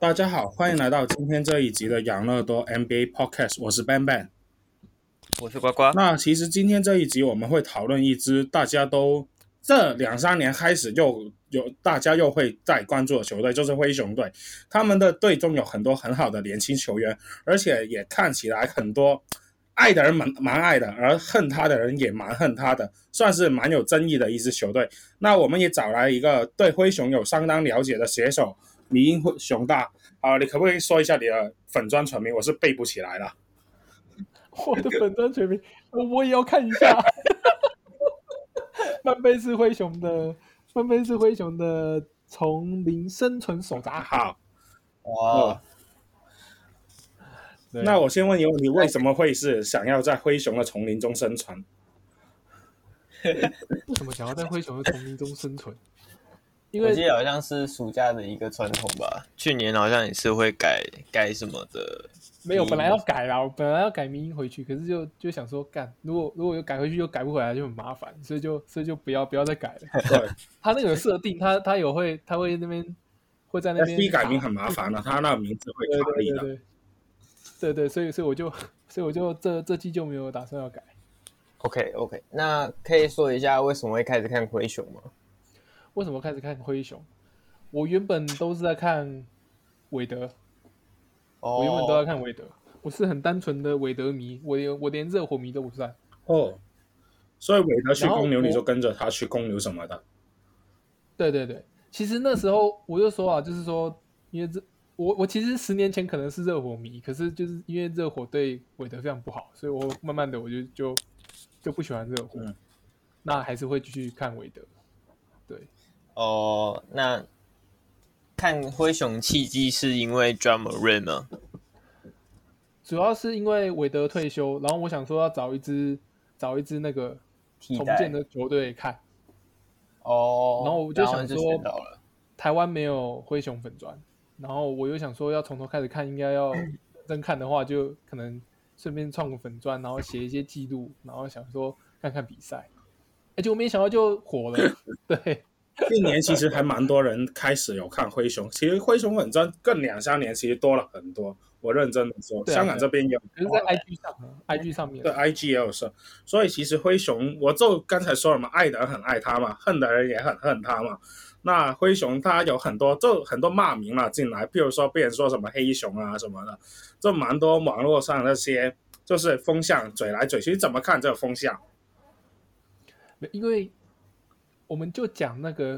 大家好，欢迎来到今天这一集的养乐多 NBA Podcast， 我是 Ben Ben， 我是呱呱。 那其实今天这一集我们会讨论一支大家都这2-3年开始大家又会再关注的球队，就是灰熊队。他们的队中有很多很好的年轻球员，而且也看起来很多爱的人蛮爱的，而恨他的人也蛮恨他的，算是蛮有争议的一支球队。那我们也找来一个对灰熊有相当了解的写手迷因熊大，你可不可以说一下你的粉专全名？我是背不起来了。 我的粉专全名我也要看一下。曼贝是灰熊的丛林生存手札。 好， 哇， 那我先问一个问题，为什么会是想要在灰熊的丛林中生存？ 为什么想要在灰熊的丛林中生存？因为我记得好像是暑假的一个传统吧，去年好像也是会改什么的。 没有，本来要改啦，我本来要改迷因回去，可是就想说，干，如果有改回去又改不回来就很麻烦，所以就不要再改了。 对， 他那个设定，他会那边会在那边 FB 改名很麻烦的，他那个名字会卡你的。 对，所以我就这季就没有打算要改。 OK， 那可以说一下为什么会开始看灰熊吗？ 为什么开始看灰熊？我原本都是在看韦德。我原本都在看韦德，我是很单纯的韦德迷，我连热火迷都不算。 哦，所以韦德去公牛，你就跟着他去公牛什么的。 对，其实那时候我就说啊，就是说，因为我其实10年前可能是热火迷，可是就是因为热火对韦德非常不好，所以我慢慢的我就不喜欢热火，那还是会继续看韦德。对， 那看灰熊契机是因为 Ja Morant 吗？ 主要是因为韦德退休，然后我想说要找一支那个重建的球队看。然后我就想说，台湾没有灰熊粉专，然后我又想说要从头开始看，应该要真看的话，就可能顺便创个粉专，然后写一些记录，然后想说看看比赛，结果没想到就火了。对。 一年其实还蛮多人开始有看灰熊，其实灰熊粉专更2-3年其实多了很多。我认真的说，香港这边有， 就是在 IG 上面， 对 IG 也有事。所以其实灰熊，我就刚才说了嘛，爱的人很爱他嘛，恨的人也很恨他嘛。那灰熊他有很多骂名嘛进来，譬如说被人说什么黑熊啊什么的，就蛮多网络上那些就是风向嘴来嘴去，怎么看这个风向？ 因为我们就讲那个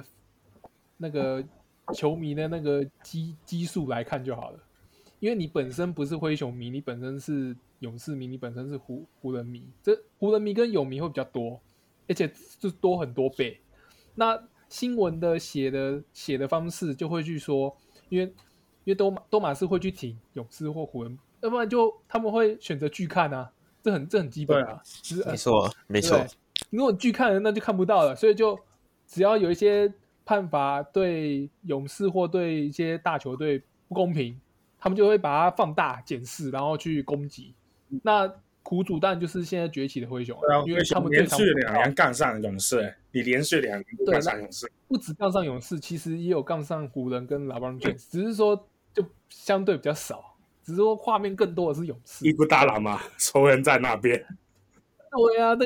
球迷的那个基数来看就好了，因为你本身不是灰熊迷，你本身是勇士迷，你本身是湖人迷，这湖人迷跟勇迷会比较多，而且就多很多倍。那新闻的写的方式就会去说，因为都马是会去挺勇士或湖人，要不然就他们会选择拒看啊，这很基本啊， 没错。 如果拒看了，那就看不到了，所以就只要有一些判罚对勇士或对一些大球队不公平，他们就会把它放大检视，然后去攻击。那苦主当然就是现在崛起的灰熊，因为他们连续2年杠上勇士，你连续2年都杠上勇士， 不止杠上勇士，其实也有杠上湖人跟 LeBron James， 只是说就相对比较少，只是说画面更多的是勇士。 伊布达拉嘛，仇人在那边。 对啊，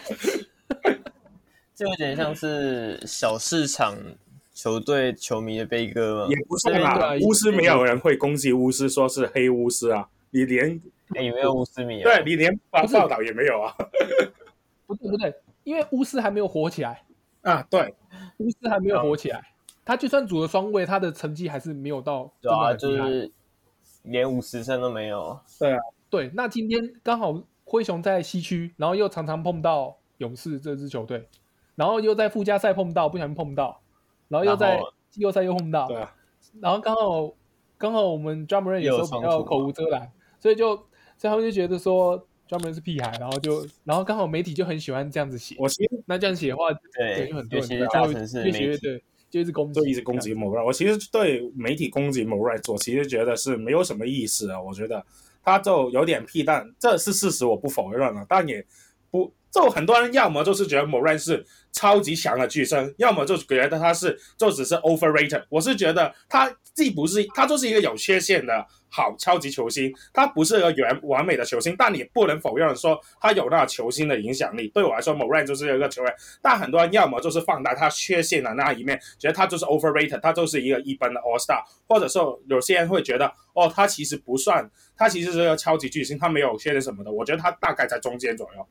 这有点像是小市场球队球迷的悲歌吗？ 也不是啦，巫师没有人会攻击巫师，说是黑巫师啊。你连也没有巫师迷啊？ 对，你连报道也没有啊。 不对，因为巫师还没有火起来啊。对， 巫师还没有火起来，他就算组了双位，他的成绩还是没有到真的很厉害， 就是连50胜都没有。 对啊， 对。那今天刚好灰熊在西区，然后又常常碰到勇士这支球队，然后又在附加赛碰到，不小心碰到，然后又在季后赛又碰到， 对啊， 然后刚好我们 Ja Morant 有时候比较口无遮拦，所以他们就觉得说 Ja Morant 是屁孩，然后刚好媒体就很喜欢这样子写。那这样写的话， 对， 就很多人越写越对，就一直攻击某人。我其实对媒体攻击某人，我其实觉得是没有什么意思啊。我觉得他就有点屁蛋，这是事实，我不否认了，但也不就很多人要么就是觉得 Morant 是超级强的巨星，要么就觉得他就只是 overrated。我是觉得他他就是一个有缺陷的好超级球星，他不是一个完美的球星，但你不能否认说他有那个球星的影响力。对我来说 ，Morant 就是一个球员，但很多人要么就是放大他缺陷的那一面，觉得他就是 overrated， 他就是一个一般的 All Star， 或者说有些人会觉得他其实不算，他其实是个超级巨星，他没有缺点什么的。我觉得他大概在中间左右。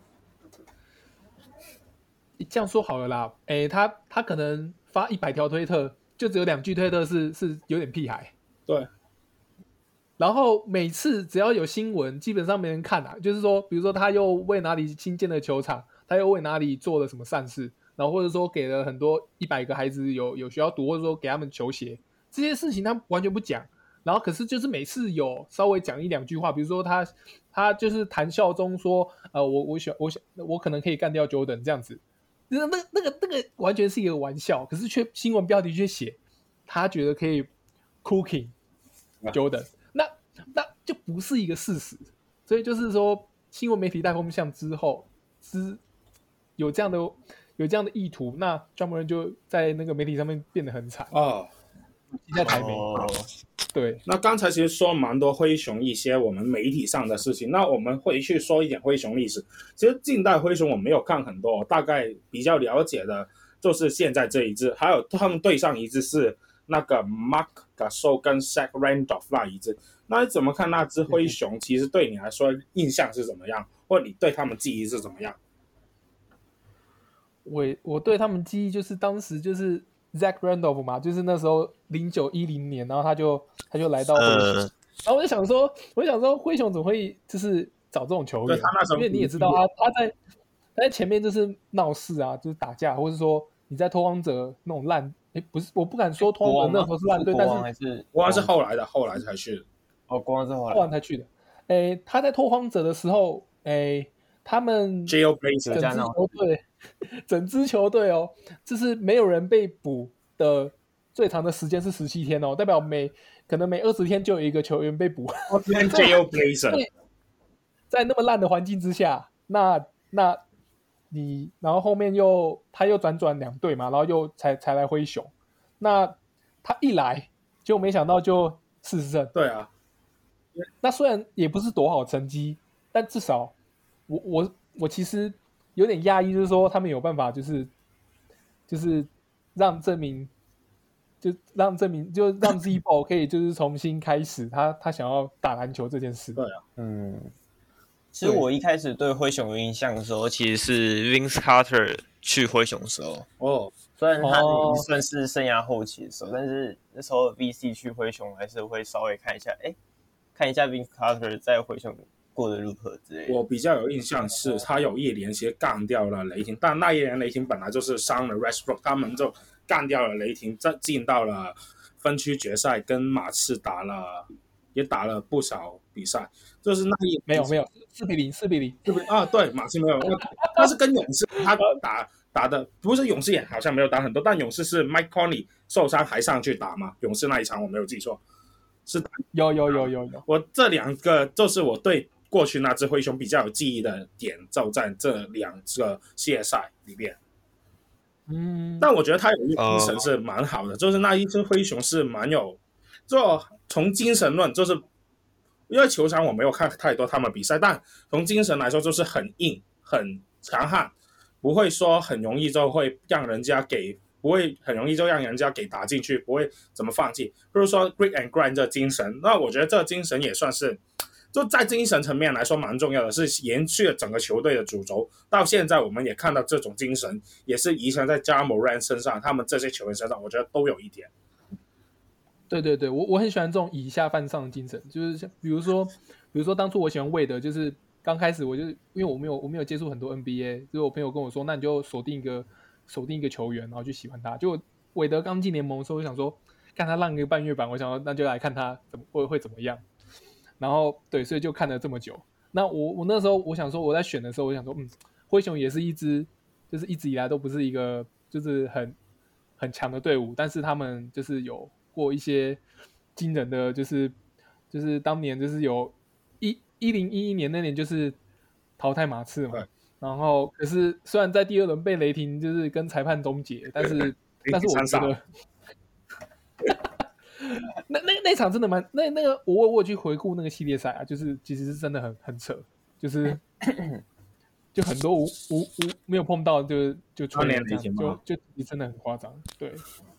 这样说好了啦，他可能发100条推特，就只有2句推特是有点屁孩。 对。 然后每次只要有新闻，基本上没人看啊。就是说，比如说他又为哪里新建了球场，他又为哪里做了什么善事，然后或者说给了很多100个孩子有学校读，或者说给他们球鞋，这些事情他完全不讲。然后可是就是每次有稍微讲1-2句话，比如说他就是谈笑中说，我可能可以干掉 Jordan 这样子。那个完全是一个玩笑，可是新闻标题却写他觉得可以 cooking Jordan，那就不是一个事实。所以就是说，新闻媒体带风向之后，有这样的意图，那 Ja Morant 就在那个媒体上面变得很惨在台媒。对， 那刚才其实说蛮多灰熊一些我们媒体上的事情，那我们会去说一点灰熊历史。其实近代灰熊我没有看很多，我大概比较了解的就是现在这一支，还有他们对上一支是那个 Marc Gasol 跟 Zach Randolph 那一支。那你怎么看那支灰熊？其实对你来说印象是怎么样，或者你对他们记忆是怎么样？ 我对他们记忆就是当时就是 Zach Randolph 嘛，就是那时候09-10年，然后他就来到灰熊，然后我就想说灰熊怎么会就是找这种球员？因为你也知道他在前面就是闹事啊，就是打架，或者说你在拓荒者那种烂，不是，我不敢说拓荒者那时候是烂队，但是国王是后来才去的。 国王是后来才去的。他在拓荒者的时候，他们整支球队就是没有人被捕的最长的时间是17天代表可能每20天就有一个球员被捕。在那么烂的环境之下，那然后后面他又转2队嘛，然后又才来灰熊。那他一来就没想到就40胜。 对啊。 那虽然也不是多好成绩，但至少我其实有点讶异，就是说他们有办法，就是让证明 Z-Ball 可以就是重新开始他想要打篮球这件事。 对啊， 其实我一开始对灰熊有印象的时候，其实是 Vince Carter 去灰熊的时候。虽然他已经算是生涯后期的时候，但是那时候 VC 去灰熊还是会稍微看一下，Vince Carter 在灰熊过得如何之类的。 我比较有印象是他有一年其实干掉了雷霆，但那一年雷霆本来就是伤了 Westbrook， 他们就干掉了雷霆，进到了分区决赛，跟马刺也打了不少比赛。就是那一没有4-0 对，马刺没有，他是跟勇士他打的不是勇士也好像没有打很多，但勇士是 Mike Conley 受伤还上去打嘛，勇士那一场我没有记错。是有， 我这2个就是我对过去那支灰熊比较有记忆的点，就在这2个系列赛里面。但我觉得他有一个精神是蛮好的，就是那一支灰熊是蛮有，就从精神论，就是因为球场我没有看太多他们比赛，但从精神来说就是很硬、很强悍，不会说很容易就会让人家给。不会很容易就让人家给打进去，不会怎么放弃。比如说 grit and grind 这精神，那我觉得这个精神也算是，就在精神层面来说蛮重要的，是延续了整个球队的主轴。到现在我们也看到这种精神也是遗传在 Ja Morant 身上，他们这些球员身上，我觉得都有一点。 对，我很喜欢这种以下犯上的精神，就是像比如说当初我喜欢Wade，就是刚开始我就因为我没有接触很多 NBA， 就是我朋友跟我说，那你就锁定一个球员，然后去喜欢他。就韦德刚进联盟的时候，我想说看他浪一个半月板，我想说那就来看他会怎么样。然后对，所以就看了这么久。那我那时候我想说，我在选的时候，我想说，灰熊也是一支就是一直以来都不是一个就是很强的队伍，但是他们就是有过一些惊人的，就是当年就是有1011年那年就是淘汰马刺嘛。 然后可是虽然在第2轮被雷霆就是跟裁判终结，但是我觉得那场真的蛮那个我有去回顾那个系列赛啊，就是其实是真的很扯，就是就很多没有碰到就吹了这样，就真的很夸张，对。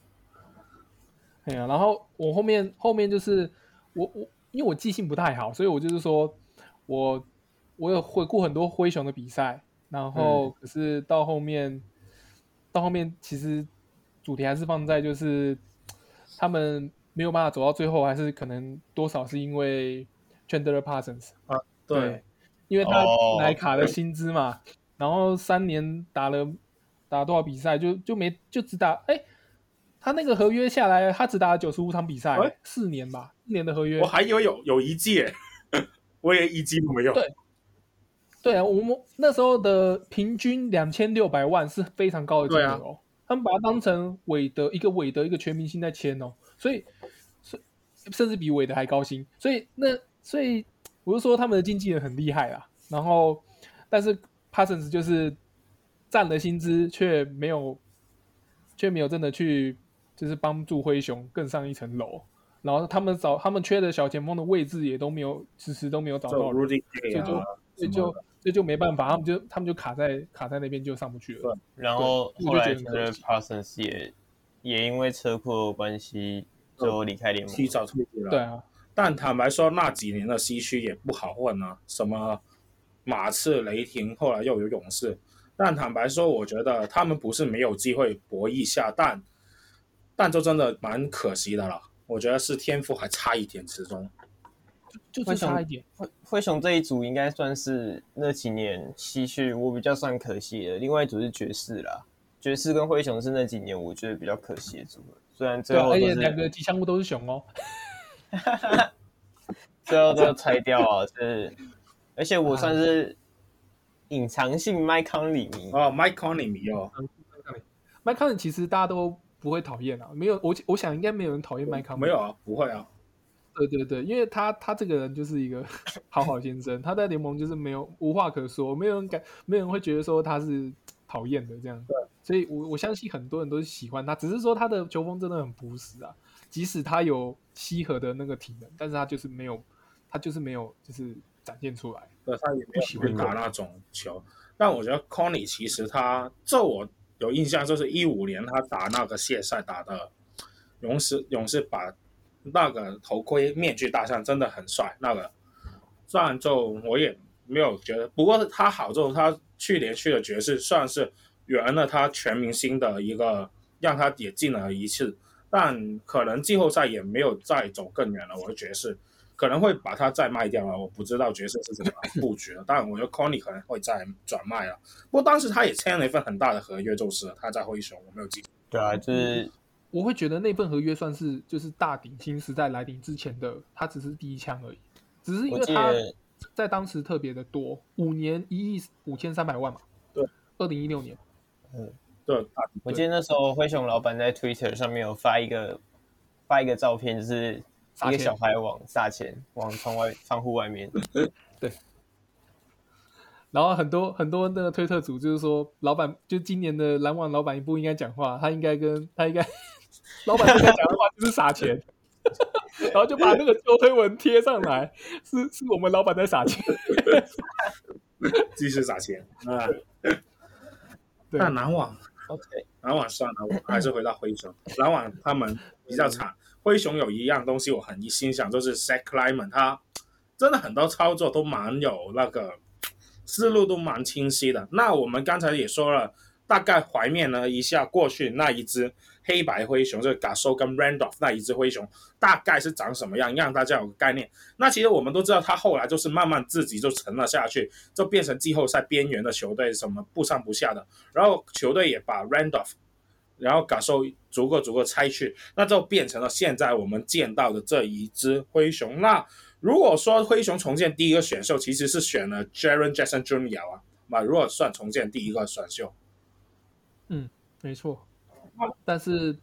然后我后面就是我因为我记性不太好，所以我就是说我有回顾很多灰熊的比赛，然后可是到后面其实主题还是放在就是他们没有办法走到最后，还是可能多少是因为 Chandler Parsons 啊，对， 因为他莱卡的薪资嘛，然后3年打多少比赛就只打他那个合约下来，他只打了95场比赛，4年吧，4年的合约。 我还以为有一季我也一季都没有。 对啊，我们那时候的平均2600万是非常高的金额哦。他们把它当成一个全明星在签哦，所以甚至比韦德还高薪。所以我就说他们的经纪人很厉害啦。然后，但是 Parsons 就是占了薪资，却没有真的去。就是帮助灰熊更上一层楼，然后他们缺的小前锋的位置也都没有，迟迟都没有找到人，所以就没办法，他们就卡在那边就上不去了。 然后后来 Parsons 也因为车库的关系就离开联盟， 提早退役了。 对啊， 但坦白说，那几年的西区也不好混啊，什么马刺、雷霆，后来又有勇士。但坦白说，我觉得他们不是没有机会博弈下，但就真的蛮可惜的了，我觉得是天赋还差一点，始终就是差一点。 灰熊这一组应该算是那几年西区我比较算可惜的，另外一组是爵士啦，爵士跟灰熊是那几年我觉得比较可惜的组合，虽然最后而且2个吉祥物都是熊哦， 最后都拆掉啊，而且我算是隐藏性麦康里迷哦，麦康里迷哦， 麦康里其实大家都不会讨厌啊，没有我想应该没有人讨厌麦康， 没有啊，不会啊。 对，因为他这个人就是一个好先生，他在联盟就是无话可说，没有人会觉得说他是讨厌的这样， 对， 所以我相信很多人都是喜欢他，只是说他的球风真的很朴实啊，即使他有稀合的那个体能，但是他就是没有就是展现出来， 对，他也不喜欢打那种球。但我觉得 Conley 其实我有印象，就是15年他打那个系列赛打的勇士把那个头盔面具戴上真的很帅。那个虽然就我也没有觉得，不过他好之后，他去年去的爵士算是圆了他全明星的一个，让他也进了一次，但可能季后赛也没有再走更远了。我的爵士可能会把他再卖掉了，我不知道爵士是怎么布局了。当然，我觉得 Conley 可能会再转卖了。不过当时他也签了一份很大的合约，就是他在灰熊，我没有记错。 对啊，就是我会觉得那份合约算是就是大顶薪时代来临之前的，他只是第一枪而已，只是因为他在当时特别的多，5年1亿5300万嘛。 对 ，2016年。 对， 我记得那时候灰熊老板在 Twitter 上面有发一个照片，就是一个小孩撒钱往窗户外面。 对。然后很多那个推特组就是说，老板就今年的篮网老板不应该讲话，他应该老板应该讲的话就是撒钱，然后就把那个旧推文贴上来，是我们老板在撒钱， 继续撒钱啊。但篮网 ，OK， 篮网算了，我还是回到灰熊。篮网他们比较惨，灰熊有一样东西我很欣赏，就是 Zach Kleiman， 他真的很多操作都蛮有那个思路都蛮清晰的。那我们刚才也说了，大概怀念了一下过去那一只黑白灰熊，就是 Gasol 跟 Randolph 那一只灰熊大概是长什么样，让大家有个概念。那其实我们都知道，他后来就是慢慢自己就沉了下去，就变成季后赛边缘的球队，什么不上不下的。然后球队也把 Randolph， 然后Gasol逐个拆去，那就变成了现在我们见到的这一只灰熊。那如果说灰熊重建第一个选秀，其实是选了 Jaren Jackson Jr. 啊，如果算重建第一个选秀， 没错。但是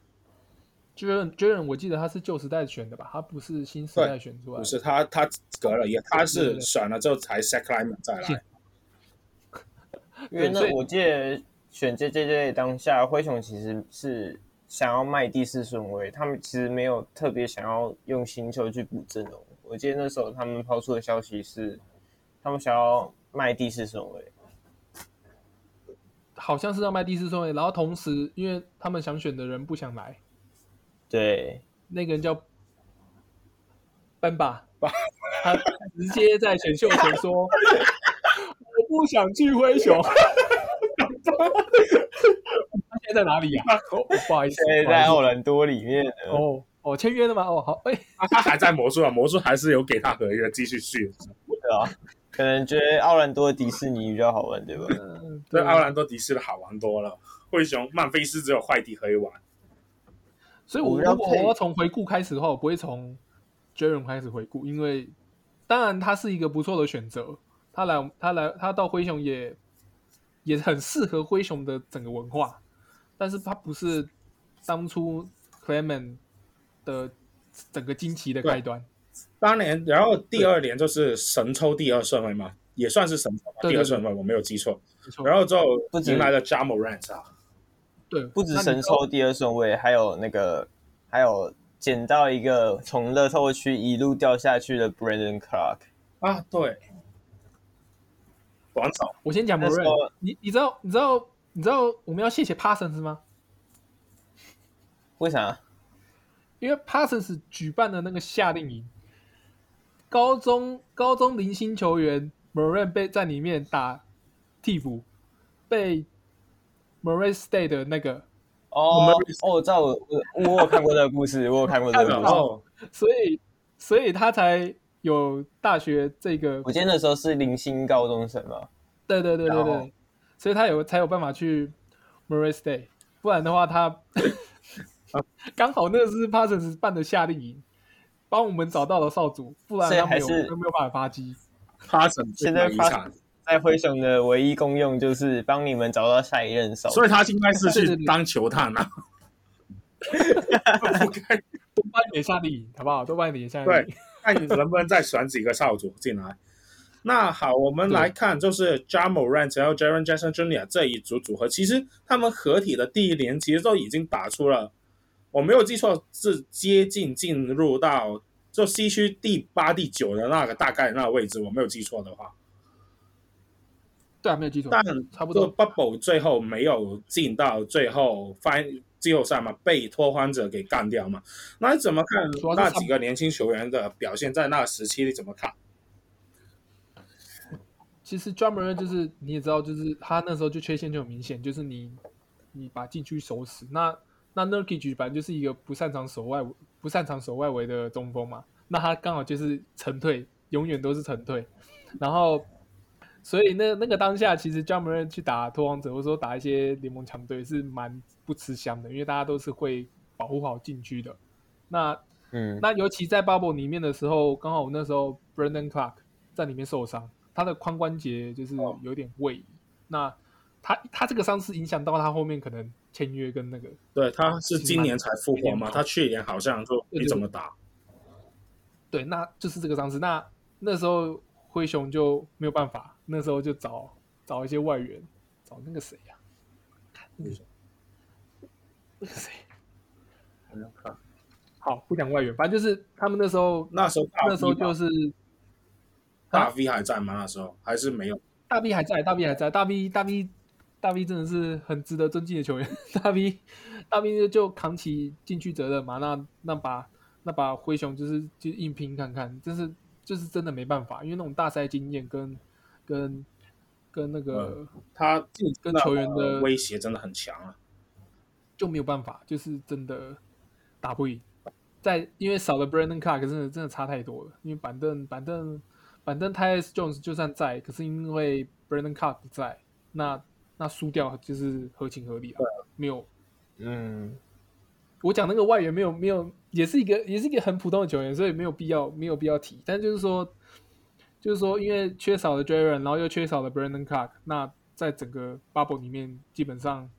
Jaren 我记得他是旧时代选的吧，他不是新时代选出来的。 不是他隔了一个，他是选了之后才 Zach Kleiman 再来。 因为那我记得选 JJJ 当下，灰熊其实是想要卖第4顺位，他们其实没有特别想要用新秀去补阵容。我记得那时候他们抛出的消息是，他们想要卖第4顺位， 好像是要卖第4顺位，然后同时因为他们想选的人不想来， 对， 那个人叫班巴，他直接在选秀前说：“我不想去灰熊。”他现在在哪里呀？不好意思， 现在在奥兰多里面。 哦，签约了吗？哦，好， 他还在魔术啊，魔术还是有给他合约继续续。 对啊，可能觉得奥兰多迪士尼比较好玩，对吧？ 对，奥兰多迪士尼好玩多了。灰熊、曼菲斯只有坏地可以玩。 所以我如果我要从回顾开始的话，我不会从 Jaren 开始回顾，因为当然他是一个不错的选择，他到灰熊也很适合灰熊的整个文化，但是他不是当初 Clement 的整个惊奇的开端。 当年，然后第2年就是神抽第2顺位嘛，也算是神抽第2顺位，我没有记错。然后之后迎来了 Ja Morant 啊， 对， 不止神抽第2顺位，还有捡到一个从乐透区一路掉下去的 Brandon Clark 啊，对，短手。 我先讲 Morant， 你知道我们要谢谢 Parsons 吗？ 为啥？ 因为 Parsons 举办的那个夏令营，高中明星球员 Morant 被在里面打替补，被 Morant State 的那个我知道，我有看过这个故事， 所以他才有大学这个。 我记得那时候是零星高中生嘛。 对，所以他才有办法去 Morant State， 不然的话他刚好那个是 Parsons 办的夏令营，帮我们找到了少主，不然他没有办法发迹。 Parsons 现在在灰熊的唯一功用就是帮你们找到下一任少主， 所以他应该是去当球探啊。 多办一点夏令营好不好？多办一点夏令营。 对，看你能不能再选几个少主进来。那好，我们来看就是 Ja Morant 还有 Jaren Jackson Jr. 这一组组合，其实他们合体的第1年其实都已经打出了，我没有记错是接近进入到就西区第8、第9的那个大概那个位置，我没有记错的话。 对啊，没有记错。 但差不多 Bubble 最后没有进到最后季后赛嘛，被拓荒者给干掉嘛。那你怎么看那几个年轻球员的表现？在那个时期你怎么看？ 其实 Ja Morant 就是你也知道，就是他那时候就缺陷就很明显，就是你把禁区守死。那 Nurkic 本来就是一个不擅长守外围的中锋嘛，那他刚好就是沉退，永远都是沉退。然后，所以那个当下，其实 Ja Morant 去打拓荒者，或者说打一些联盟强队是蛮不吃香的，因为大家都是会保护好禁区的。那尤其在 Bubble 里面的时候，刚好那时候 Brandon Clark 在里面受伤。他的髋关节就是有点位移，那他这个伤势影响到他后面可能签约跟那个。 对，他是今年才复活嘛，他去年好像就没怎么打。 对，那就是这个伤势。那时候灰熊就没有办法，那时候就找一些外援，找那个谁呀？那个谁？好，不讲外援，反正就是他们那时候就是。 大 V 还在吗？那时候还是没有。 大 V 还在，大 V 真的是很值得尊敬的球员。大 V 就扛起禁区责任嘛，那把灰熊就硬拼看看，就是真的没办法，因为那种大赛经验跟那个他跟球员的威胁真的很强啊， 就没有办法，就是真的打不赢。因为少了 Brandon Clark 真的差太多了，因为板凳 Tyus Jones 就算在，可是因为 Brandon Clark 不在，那输掉就是合情合理啊，没有，我讲那个外援没有，也是一个很普通的球员，所以没有必要提。但就是说，因为缺少了 Jaren， 然后又缺少了 Brandon Clark， 那在整个 Bubble 里面基本上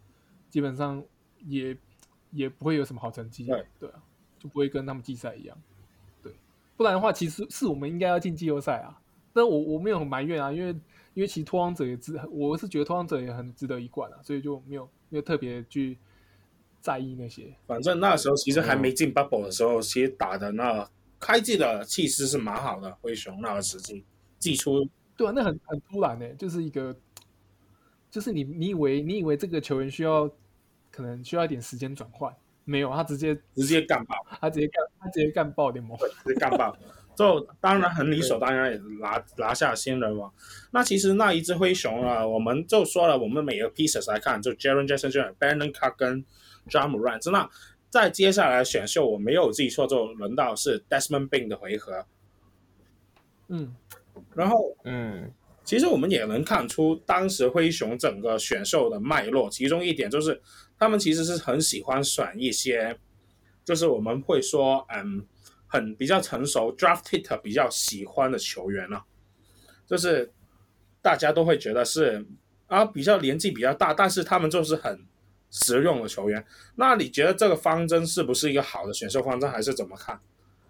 也不会有什么好成绩，对啊，就不会跟他们季赛一样。不然的话，其实是我们应该要进季后赛啊。但我没有很埋怨啊，因为因为其实拓荒者我是觉得拓荒者也很值得一冠啊，所以就没有特别去在意那些。 反正那时候其实还没进 bubble 的时候，其实打的那开季的气势是蛮好的，灰熊那个时期季初。 对啊，那很突然欸，就是一个，就是你以为这个球员可能需要一点时间转换，没有，他直接干爆， 他直接干爆联盟， 直接干爆。就当然很理所当然也拿下新人王。那其实那一支灰熊啊，我们就说了，我们每个 pieces 来看，就 Jaren Jackson、Brandon Clarke 跟 Ja Morant。那在接下来的选秀，我没有记错，就轮到是 Desmond Bane 的回合。然后其实我们也能看出当时灰熊整个选秀的脉络，其中一点就是他们其实是很喜欢选一些，就是我们会说很比较成熟 drafted 比较喜欢的球员啊，就是大家都会觉得是比较年纪比较大，但是他们就是很实用的球员。那你觉得这个方针是不是一个好的选秀方针，还是怎么看？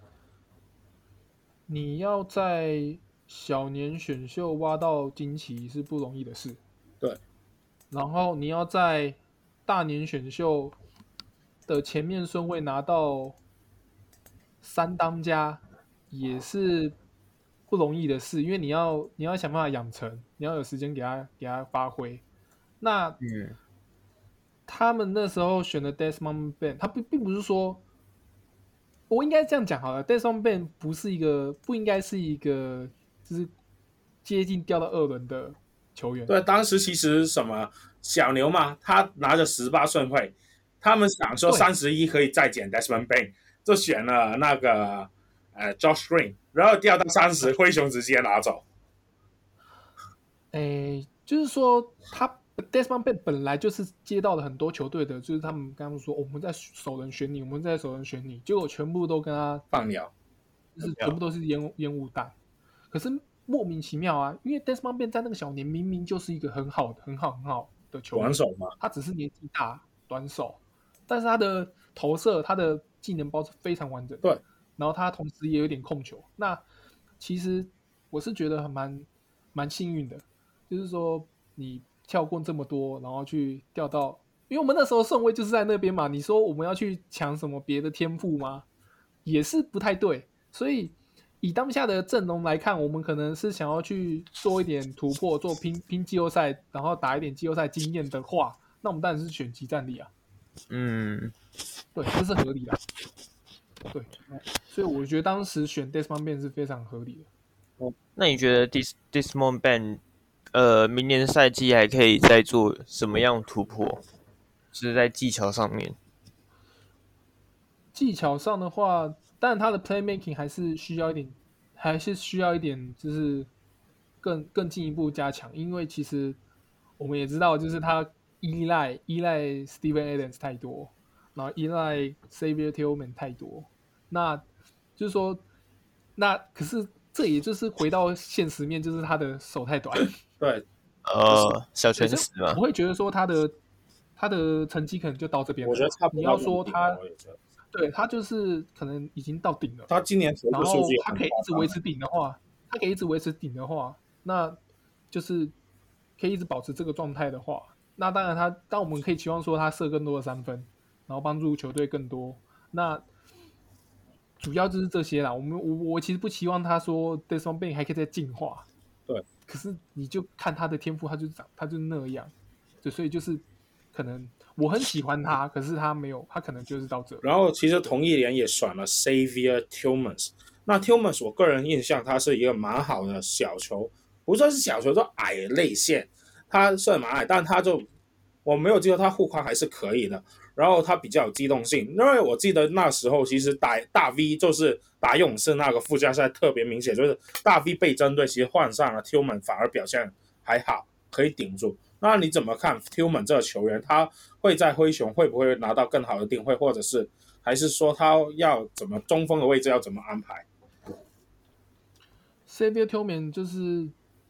你要在小年选秀挖到惊奇是不容易的事， 对。 然后你要在大年选秀的前面顺位拿到3当家也是不容易的事，因为你要想办法养成，你要有时间给他发挥。那他们那时候选的 Desmond Bane， 他并不是说，我应该这样讲好了 ，Desmond Bane 不应该是一个就是接近掉到2轮的球员。 对，当时其实什么小牛嘛，他拿着18顺位，他们想说31可以再捡 Desmond Bane， 就选了那个Josh Green， 然后掉到30，灰熊直接拿走。 就是说他 Desmond Bane 本来就是接到了很多球队的，就是他们刚刚说我们在首轮选你，结果全部都跟他放鸟， 就是全部都是烟雾弹。可是莫名其妙啊，因为 Desmond Bane 在那个小年明明就是一个很好的球员， 短手嘛， 他只是年纪大短手，但是他的投射他的技能包是非常完整， 对， 然后他同时也有点控球。那其实我是觉得蛮幸运的，就是说你跳过这么多，然后去调到，因为我们那时候顺位就是在那边嘛。你说我们要去抢什么别的天赋吗？也是不太对。所以以当下的阵容来看，我们可能是想要去做一点突破，做拼季后赛，然后打一点季后赛经验的话，那我们当然是选集战力啊。对，这是合理的。对，所以我觉得当时选 Desmond Bane 是非常合理的。 那你觉得 Desmond Bane 明年赛季还可以再做什么样突破？就是在技巧上面。 技巧上的话，当然他的 playmaking 还是需要一点，就是更进一步加强。因为其实我们也知道，就是他依赖 Steven Adams 太多，然后依赖 Xavier Tillman 太多。那就是说，那可是这也就是回到现实面，就是他的手太短。 对， 小全死嘛。 我会觉得说他的成绩可能就到这边了。 我觉得差不多。 你要说他，对，他就是可能已经到顶了。 他今年然后他可以一直维持顶的话，那就是可以一直保持这个状态的话，那当然当我们可以期望说他射更多的3分，然后帮助球队更多。那主要就是这些啦。我其实不期望他说 Desmond Bane 还可以再进化。 对。 可是你就看他的天赋，他就那样。对，所以就是可能我很喜欢他，可是他没有，他可能就是到这。 然后其实同一年也选了 Xavier Tillman。那 Tillman 我个人印象他是一个蛮好的小球，不算是小球，就矮内线，他虽然蛮矮，但他就我没有记错，他护框还是可以的。然后他比较有机动性，因为我记得那时候其实大 V 就是打勇士那个附加赛特别明显，就是大 V 被针对，其实换上了 Tillman 反而表现还好，可以顶住。那你怎么看 Tillman 这个球员？他会在灰熊会不会拿到更好的定位，或者是还是说他要怎么中锋的位置要怎么安排 ？Xavier Tillman 就是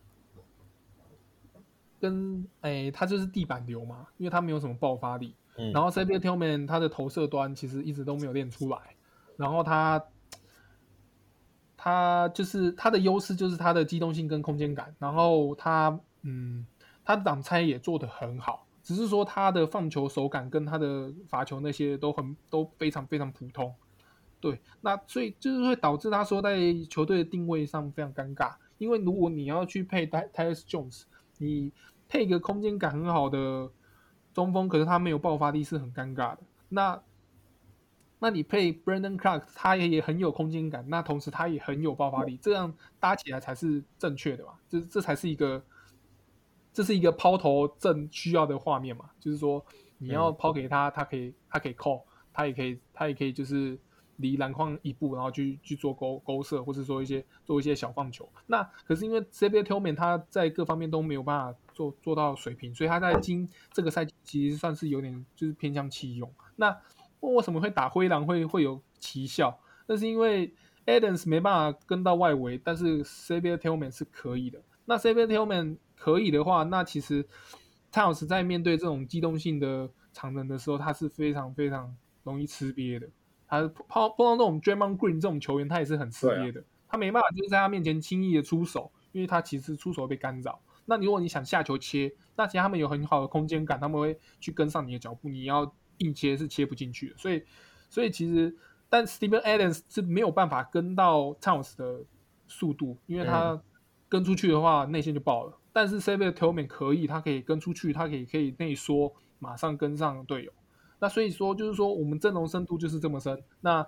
他就是地板流嘛，因为他没有什么爆发力。然后 Xavier Tillman 他的投射端其实一直都没有练出来，然后他就是他的优势就是他的机动性跟空间感，然后他他的挡拆也做得很好，只是说他的放球手感跟他的罚球那些都非常非常普通。对，那所以就是会导致他说在球队的定位上非常尴尬，因为如果你要去配 Tyus Jones， 你配一个空间感很好的中锋，可是他没有爆发力是很尴尬的。那你配 Brandon Clark， 他也很有空间感，那同时他也很有爆发力，这样搭起来才是正确的嘛？这才是一个抛投正需要的画面嘛？就是说你要抛给他，他可以 call， 他也可以就是离篮筐一步，然后去做勾射，或是说做一些小放球。那可是因为 Xavier Tillman 他在各方面都没有办法做到水平，所以他在这个赛季其实算是有点就是偏向弃用。那为什么会打灰狼会有奇效？那是因为 Adams 没办法跟到外围，但是 Xavier Tillman 是可以的。那 Xavier Tillman 可以的话，那其实 Towns 在面对这种机动性的长人的时候，他是非常非常容易吃瘪的。他碰到那种 Draymond Green 这种球员，他也是很吃瘪的。他没办法就是在他面前轻易的出手，因为他其实出手被干扰。那如果你想下球切，那其实他们有很好的空间感，他们会去跟上你的脚步，你要硬切是切不进去的。所以其实，但 Steven Adams 是没有办法跟到 Towns 的速度，因为他跟出去的话内线就爆了。但是 Xavier Tillman 可以，他可以跟出去，他可以内缩，马上跟上队友。那所以说，就是说我们阵容深度就是这么深。那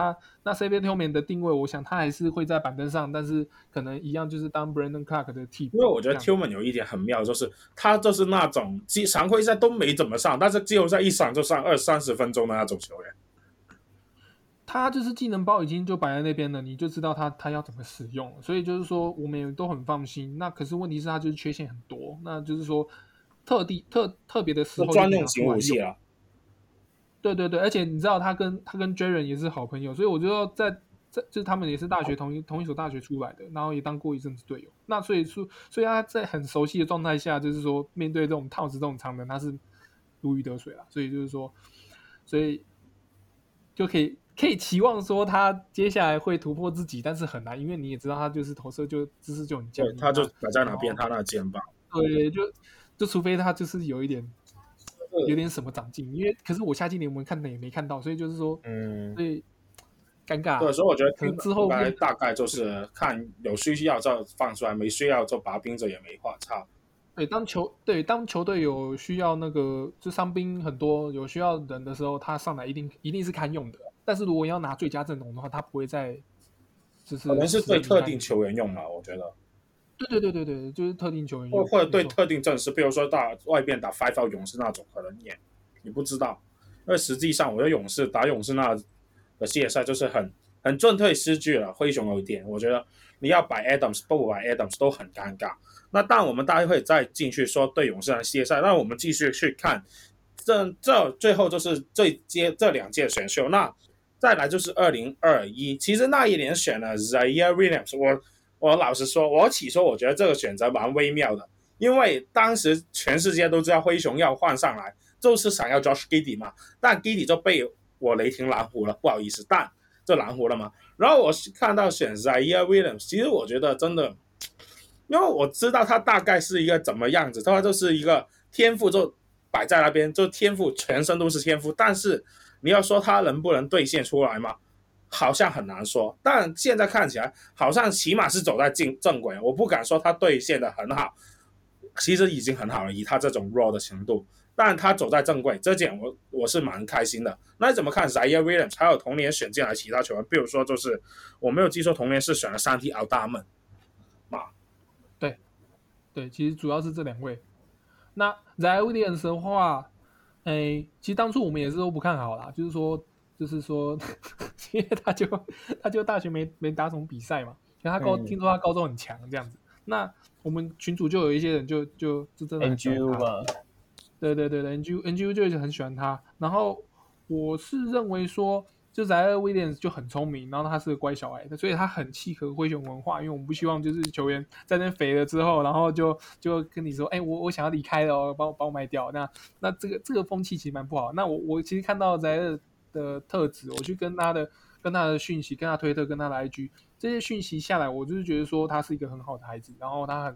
Xavier Tillman 的定位，我想他还是会在板凳上，但是可能一样就是当 Brandon Clark 的替补。 因为我觉得 Tillman 有一点很妙，就是他就是那种常规赛都没怎么上，但是季后赛一上就上20-30分钟的那种球员。 他就是技能包已经就摆在那边了，你就知道他要怎么使用了。所以就是说我们也都很放心。那可是问题是他就是缺陷很多，那就是说特别的时候专用型武器啊。 对对对，而且你知道他跟 Jaren 也是好朋友，所以我就在就是他们也是大学同一所大学出来的，然后也当过一阵子队友。那所以他在很熟悉的状态下，就是说面对这种Towns这种长人，他是如鱼得水啦。所以就是说，所以就可以期望说他接下来会突破自己，但是很难，因为你也知道他就是投射姿势就很僵硬， 他就摆在哪边，他那肩膀。 对，就除非他就是有点什么长进，因为可是我夏季联盟看的也没看到，所以就是说，所以尴尬。 对，所以我觉得可能之后大概就是看有需要就放出来，没需要就把它冰着也没话差。 对，当球队有需要那个就伤兵很多有需要人的时候，他上来一定是堪用的。但是如果要拿最佳阵容的话，他不会再就是可能是对特定球员用嘛，我觉得。 对，就是特定球员用， 或者对特定阵势，比如说外边打 5 out 勇士那种，可能你不知道，因为实际上我觉得打勇士那的系列赛就是很进退失据了。灰熊有一点，我觉得你要摆 Adams 不摆 Adams 都很尴尬。那当然我们大家会再进去说对勇士的系列赛，那我们继续去看这最后就是这两届选秀。那再来就是2021，其实那一年选了 Ziaire Williams，我老实说，我觉得这个选择蛮微妙的，因为当时全世界都知道灰熊要换上来，就是想要 Josh Giddey 嘛，但 Giddey 就被我雷霆蓝湖了，不好意思，但就蓝湖了嘛。然后我看到选 Ziaire Williams， 其实我觉得真的，因为我知道他大概是一个怎么样子，他就是一个天赋就摆在那边，就天赋全身都是天赋，但是你要说他能不能兑现出来吗？好像很难说，但现在看起来好像起码是走在正轨。我不敢说他兑现的很好，其实已经很好了，以他这种 raw 的程度，但他走在正轨，这点我是蛮开心的。那你怎么看 Ziaire Williams 还有同年选进来其他球员？比如说就是我没有记错，同年是选了Santi Aldama嘛？ 对，其实主要是这两位。那 Ziaire Williams 的话，其实当初我们也是都不看好啦，就是说，因为他就大学没打什么比赛嘛，听说他高中很强这样子。那我们群组就有一些人就真的很喜欢他。NGU 吧，对 NGU 就很喜欢他。然后我是认为说，就Ziaire Williams 就很聪明，然后他是个乖小孩，所以他很契合灰熊文化。因为我们不希望就是球员在那肥了之后，然后就跟你说，我想要离开了哦，把我卖掉。那这个风气其实蛮不好。那我其实看到Ziaire的特质，我去跟他的讯息、跟他推特、跟他的 IG 这些讯息下来，我就是觉得说他是一个很好的孩子，然后他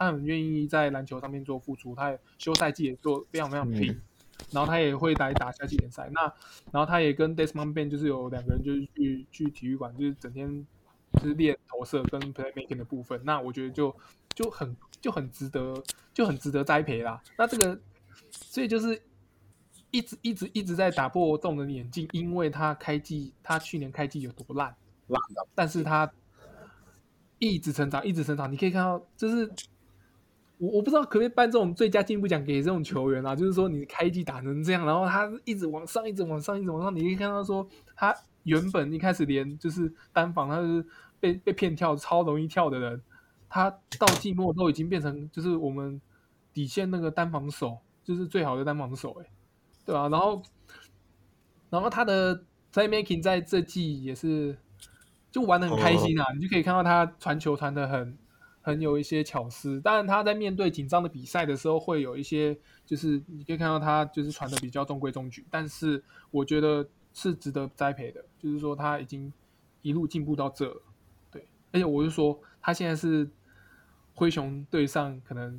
他很愿意在篮球上面做付出，他休赛季也做非常非常拼，然后他也会来打夏季联赛。然后他也跟 Desmond Bane 就是有2个人就是去体育馆，就是整天就是练投射跟 playmaking 的部分。那我觉得就很值得栽培啦。那这个所以就是一直在打破众人的眼镜，因为他去年开季有多烂的，但是他一直成长，你可以看到，就是我不知道可不可以颁这种最佳进步奖给这种球员啊，就是说你开季打成这样，然后他一直往上，你可以看到说他原本一开始连就是单防他是被骗跳超容易跳的人，他到季末都已经变成就是我们底线那个单防手，就是最好的单防手对啊，然后他的 playmaking 在这季也是就玩得很开心啊，你就可以看到他传球传得很有一些巧思。当然他在面对紧张的比赛的时候会有一些，就是你可以看到他就是传得比较中规中矩，但是我觉得是值得栽培的，就是说他已经一路进步到这了，对，而且我就说他现在是灰熊队上可能。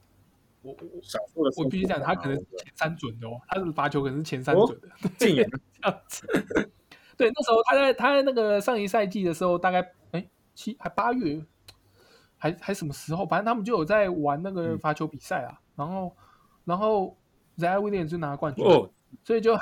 我必须讲，他可能是前3准的哦，他的罚球可能是前3准的， 这样子。对，那时候他在那个上一赛季的时候，大概8月还什么时候，反正他们就有在玩那个罚球比赛啊，然后 Zion Williams 就拿冠军，所以就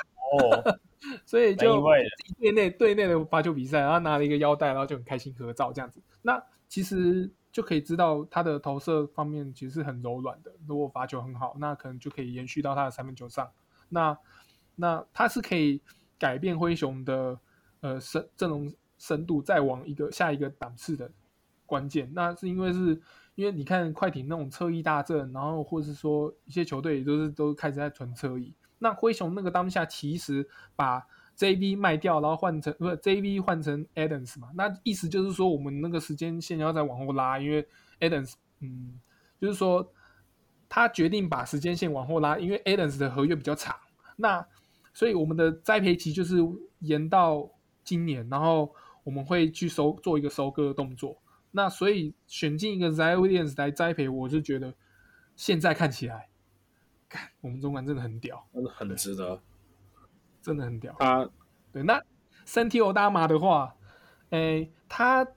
队内的罚球比赛，然后拿了一个腰带，然后就很开心合照这样子。那其实就可以知道他的投射方面其实是很柔软的，如果罚球很好，那可能就可以延续到他的三分球上。那他是可以改变灰熊的阵容深度，再往下一个档次的关键。那是因为你看快艇那种侧翼大阵，然后或是说一些球队都开始在纯侧翼。那灰熊那个当下其实把 JB 卖掉，然后JB 换成 Adams 嘛，那意思就是说我们那个时间线要再往后拉，因为 Adams 就是说他决定把时间线往后拉，因为 Adams 的合约比较长，那所以我们的栽培期就是延到今年，然后我们会去做一个收割的动作。那所以选进一个 Zion Williams 来栽培，我就觉得现在看起来，我们中管真的很屌， 真的很值得。 真的很屌。 对， 那森提欧大马的话，他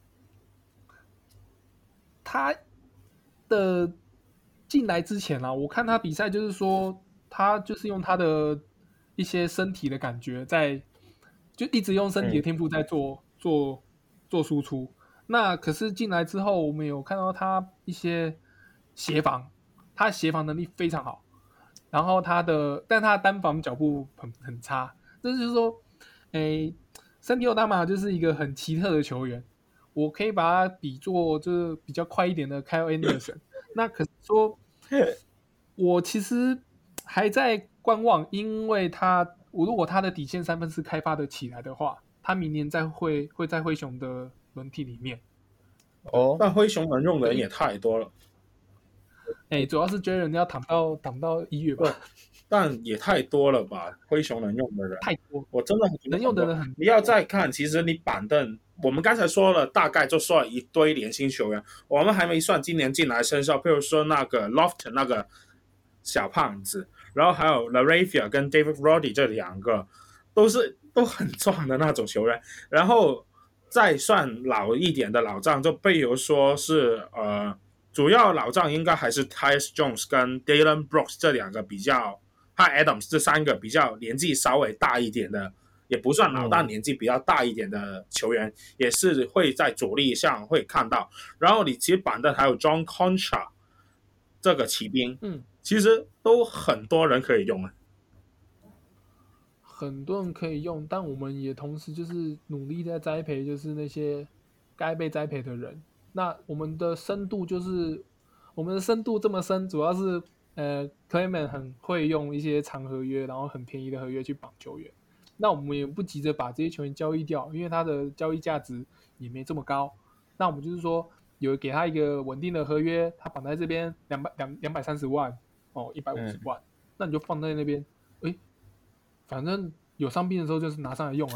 的进来之前啊，我看他比赛就是说，他就是用他的一些身体的感觉就一直用身体的天赋在做输出。那可是进来之后，我们有看到他一些协防，他的协防能力非常好。然后但他的单防脚步很差，这就是说，森提欧大马就是一个很奇特的球员，我可以把他比作就是比较快一点的 Kyle Anderson。那可是说，我其实还在观望，因为如果他的底线三分是开发的起来的话，他明年会在灰熊的轮替里面。 但灰熊能用的人也太多了。 主要是 Jaren 要躺到1月吧， 但也太多了吧？灰熊能用的人太多， 我真的能用的人很多。 你要再看，其实你板凳，我们刚才说了，大概就说了一堆年轻球员，我们还没算今年进来生效，譬如说那个 Lofton 那个小胖子，然后还有 LaRavia 跟 David Roddy 这2个，都很壮的那种球员，然后再算老一点的老将，就比如说是主要老将应该还是 Tyus Jones 跟 Dillon Brooks 这2个比较，还有 Adams 这3个比较年纪稍微大一点的，也不算老，但年纪比较大一点的球员，也是会在主力上会看到。然后你其实板凳还有 John Concha 这个骑兵，其实都很多人可以用啊。 很多人可以用，但我们也同时就是努力在栽培，就是那些该被栽培的人。那我们的深度这么深，主要是Clement 很会用一些长合约，然后很便宜的合约去绑球员。那我们也不急着把这些球员交易掉，因为他的交易价值也没这么高。那我们就是说有给他一个稳定的合约，他绑在这边230万150万，那你就放在那边，反正有伤病的时候就是拿上来用啊。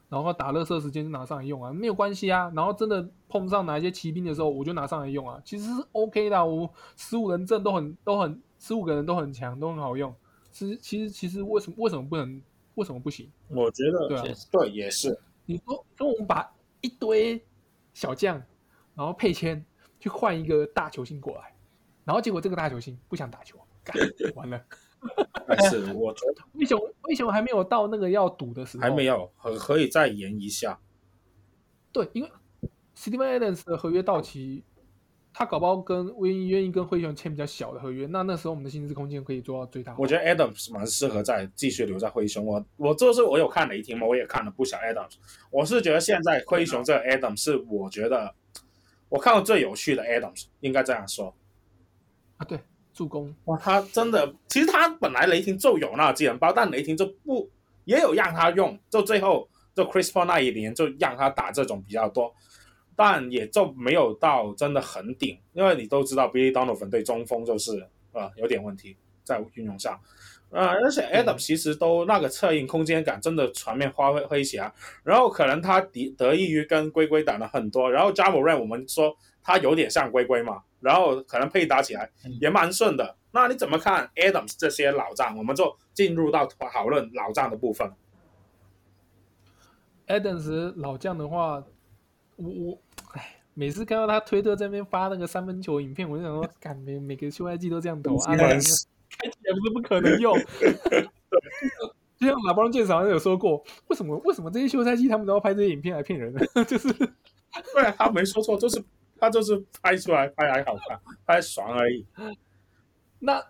然后打垃圾时间就拿上来用啊，没有关系啊。然后真的碰上哪一些骑兵的时候，我就拿上来用啊，其实是 OK 的啊。我15人阵都很15个人都很强，都很好用。其实为什么不能？为什么不行？ 我觉得对也是。 你说我们把一堆小将，然后配签去换一个大球星过来，然后结果这个大球星不想打球，完了。 但是我觉得灰熊还没有到那个要赌的时候， 还没有，可以再延一下。 对，因为 Steven Adams 的合约到期，他搞不好愿意跟灰熊签比较小的合约，那时候我们的薪资空间可以做到最大化。 我觉得 Adams 蛮适合继续留在灰熊。我就是我有看雷霆嘛，我也看了不少 Adams。我是觉得现在灰熊这个 Adams 是我觉得我看过最有趣的 Adams， 应该这样说啊，对，助攻哇，他真的，其实他本来雷霆就有那个技能包，但雷霆就不也有让他用，就最后就 Chris Paul 那一年就让他打这种比较多。但也就没有到真的很顶，因为你都知道 Billy Donovan 对中锋就是有点问题在运用上，而且 Adam 其实都那个策应空间感真的全面发挥起来，然后可能他得益于跟龟龟打了很多，然后 Ja Morant 我们说他有点像龟龟嘛，然后可能配搭起来也蛮顺的。那你怎么看 Adams 这些老将？我们就进入到讨论老将的部分。 Adams 老将的话，每次看到他推特在那边发那个三分球影片，我就想说，干每个休赛季都这样投啊，开起来不是不可能用。就像拉布朗健好像有说过，为什么这些休赛季他们都要拍这些影片来骗人呢？就是对啊，他没说错，他就是拍出来拍还好看，拍爽而已。 那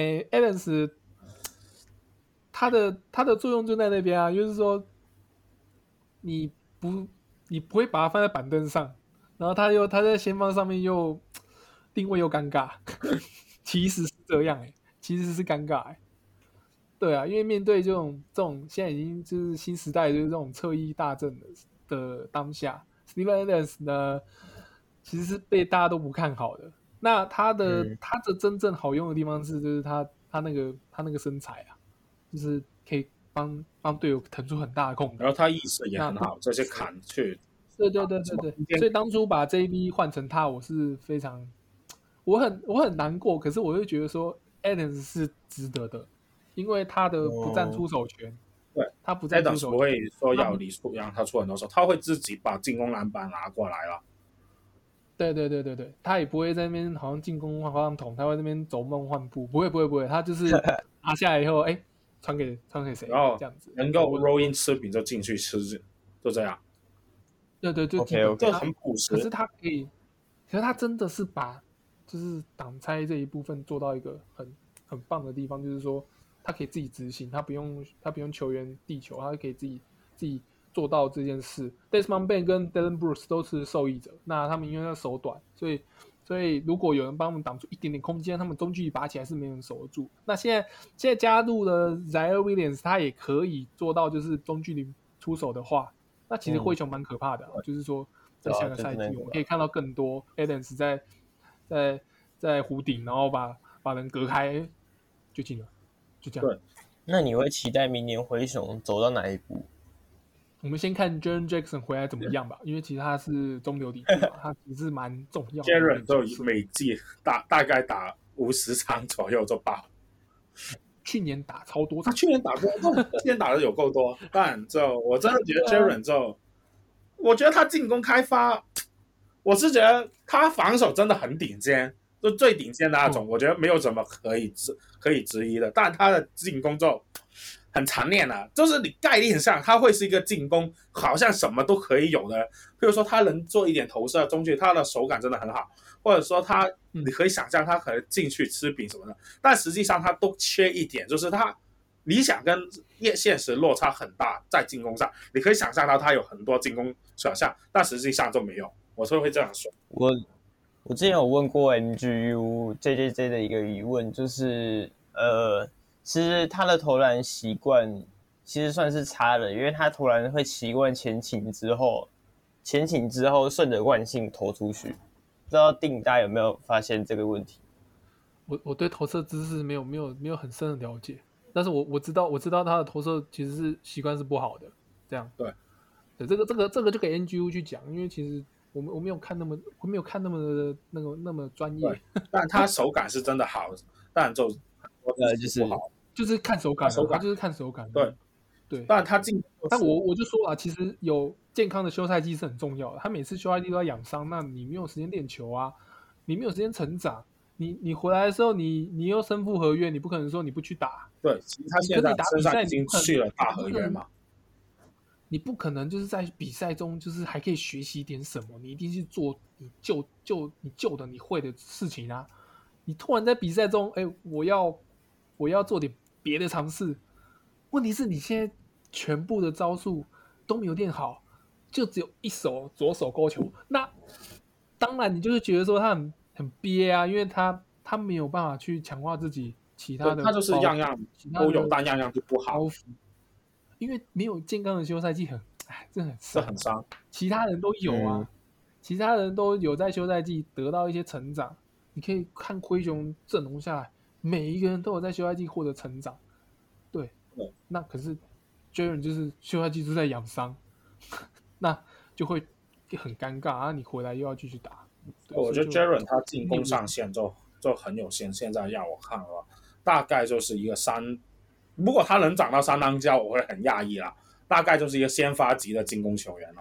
Adams 他的作用就在那边啊，就是说你不会把它放在板凳上。然后他在先发上面又定位又尴尬，其实是这样其实是尴尬对啊，因为面对这种现在已经就是新时代就是这种侧翼大阵的当下 ，Steven Adams 呢其实是被大家都不看好的。那他的真正好用的地方是，就是他那个身材啊，就是可以帮队友腾出很大的空档， 然后他意识也很好，这些砍去。 对，所以当初把 JB 换成他，我是非常，我很难过，可是我会觉得说 Adams 是值得的，因为他的不占出手权， 对， 他不占出手权， 不会说要你让他出很多手，他会自己把进攻篮板拿过来了。 对，他也不会在那边好像进攻换桶，他会在那边走梦换步，不会，他就是拿下来以后，传给谁， 然后这样子能够 roll in 吃饼就进去吃，就这样。 对，就这很朴实。 可是他真的是把就是挡拆这一部分做到一个很棒的地方，就是说他可以自己执行，他不用球员递球，他可以自己做到这件事。Desmond Bane 跟 Dylan Brooks 都是受益者，那他们因为他手短，所以如果有人帮他们挡出一点点空间，他们中距离拔起来是没人守得住。那现在加入了 Zion Williams， 他也可以做到就是中距离出手的话。那其实灰熊蛮可怕的就是说，在下个赛季我们可以看到更多 Adams 在弧顶，然后把人隔开，就进了，就这样。 对，那你会期待明年灰熊走到哪一步？ 我们先看 Jaren Jackson 回来怎么样吧，因为其实他是中流砥柱嘛，他其实蛮重要的。 Jaren 就每季大概打50场左右就爆。 去年打超多场， 他去年打的有够多，但我真的觉得 Jaren 我觉得他进攻开发，我是觉得他防守真的很顶尖，就最顶尖的那种，我觉得没有什么可以质疑的。但他的进攻就很残念了，就是你概念上他会是一个进攻好像什么都可以有的，譬如说他能做一点投射中距，他的手感真的很好，或者说你可以想象他可能进去吃饼什么的，但实际上他都缺一点，就是他理想跟现实落差很大，在进攻上你可以想象到他有很多进攻选项，但实际上就没有，我是会这样说。 我之前有问过 NGU JJJ 的一个疑问，就是其实他的投篮习惯其实算是差的，因为他投篮会习惯前倾之后顺着惯性投出去。不知道定大家有没有发现这个问题？ 我对投射姿势没有很深的了解，但是我知道他的投射其实是习惯是不好的，这样。 对， 对，这个就给 NGU 去讲，因为其实我没有看那么的那么专业， 但他手感是真的好，但就是不好， 就是看手感，他就是看手感，对， 但他进， 但我就说啊，其实有健康的休赛季是很重要的，他每次休赛季都在养伤，那你没有时间练球啊，你没有时间成长。你回来的时候，你又身负合约，你不可能说你不去打。 对，其实他现在身上已经去了大合约嘛。 你不可能就是在比赛中就是还可以学习点什么，你一定去做你旧的你会的事情啊。你突然在比赛中，我要做点别的尝试。问题是你现在全部的招数都没有练好，就只有一手左手勾球，那当然你就是觉得说他很憋啊，因为他没有办法去强化自己其他的， 他就是样样都有，但样样都不好。 因为没有健康的休赛季这很伤。 其他人都有啊，其他人都有在休赛季得到一些成长。你可以看灰熊阵容下来，每一个人都有在休赛季获得成长。对，那可是 Jaren 就是休赛季就在养伤，那就会很尴尬啊！你回来又要继续打。 我觉得 Jaren 他进攻上限就很有限，现在让我看了，大概就是一个如果他能长到3当家，我会很讶异啦。大概就是一个先发级的进攻球员了。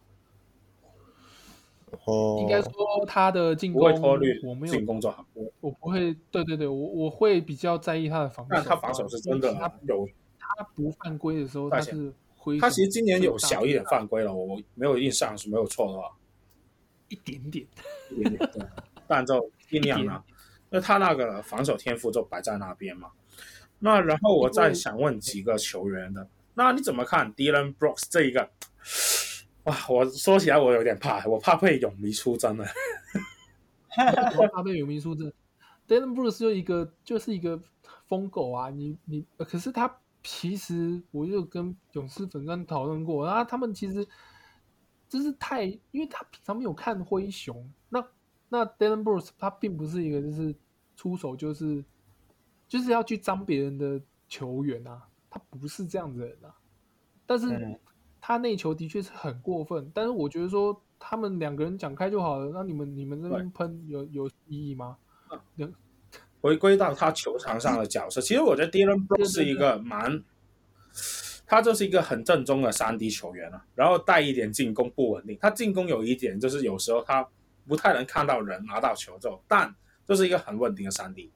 应该说他的进攻不会脱率， 我没有进攻就好。 我不会，对，我会比较在意他的防守。 但他防守是真的有， 他不犯规的时候，他是他其实今年有小一点犯规了，我没有印象是没有错的话， 一点点， 对，但就尽量啦，因为他那个防守天赋就摆在那边嘛。那然后我再想问几个球员的，那你怎么看 Dillon Brooks 这一个？哇，我说起来我有点怕，我怕被泳迷出征了。 怕被泳迷出征。Dillon Brooks 就是一个疯狗啊！可是他其实我就跟勇士粉专讨论过，他们其实就是因为他平常没有看灰熊，那 Dillon Brooks 他并不是一个就是出手就是要去脏别人的球员啊，他不是这样子的人啊。但是他内球的确是很过分，但是我觉得说他们2个人讲开就好了。那你们这边喷有意义吗？ 回归到他球场上的角色，其实我觉得 Dillon Brooks 是一个他就是一个很正宗的3D 球员啊，然后带一点进攻不稳定。他进攻有一点就是有时候他不太能看到人拿到球之后，但就是一个很稳定的3D。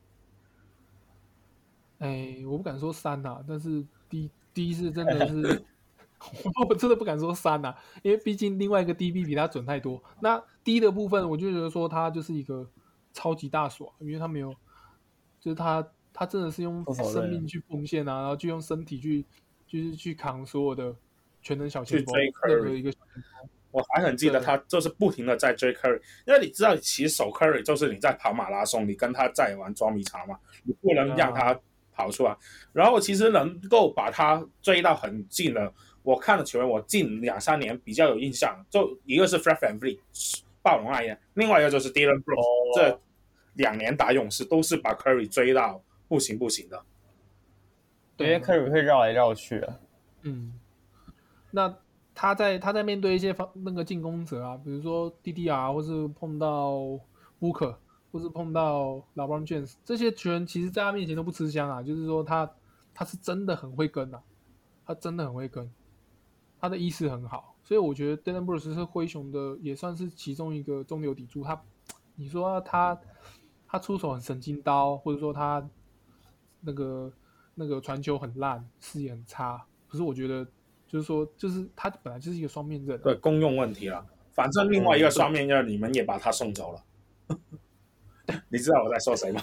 我不敢说3啊，但是第一是真的是。我真的不敢说3啊，因为毕竟另外一个 DB 比他准太多。那低的部分，我就觉得说他就是一个超级大耍，因为他没有，就是他真的是用生命去奉献啊，然后就用身体去扛所有的全能小前锋，任何一个小前锋。 我还很记得他就是不停的在追 Curry， 因为你知道其实守 Curry 就是你在跑马拉松，你跟他在玩捉迷藏嘛，你不能让他跑出来。然后其实能够把他追到很近了。我看的球员，我近2-3年比较有印象，就一个是 Fred VanVleet 暴龙爱人，另外一个就是 Dillon Brooks，这2年打勇士都是把 Curry 追到不行的。 对，因为 Curry 会绕来绕去啊。 那他在面对一些那个进攻者啊，比如说 DDR 或是碰到 Booker 或是碰到 LeBron James 这些球员，其实在他面前都不吃香啊，就是说他是真的很会跟啊，他真的很会跟。他的意识很好，所以我觉得 Dillon Brooks 是灰熊的，也算是其中一个中流砥柱。你说他出手很神经刀，或者说他那个传球很烂，视野很差，可是我觉得就是他本来就是一个双面刃， 对，功用问题了。反正另外一个双面刃，你们也把他送走了。你知道我在说谁吗？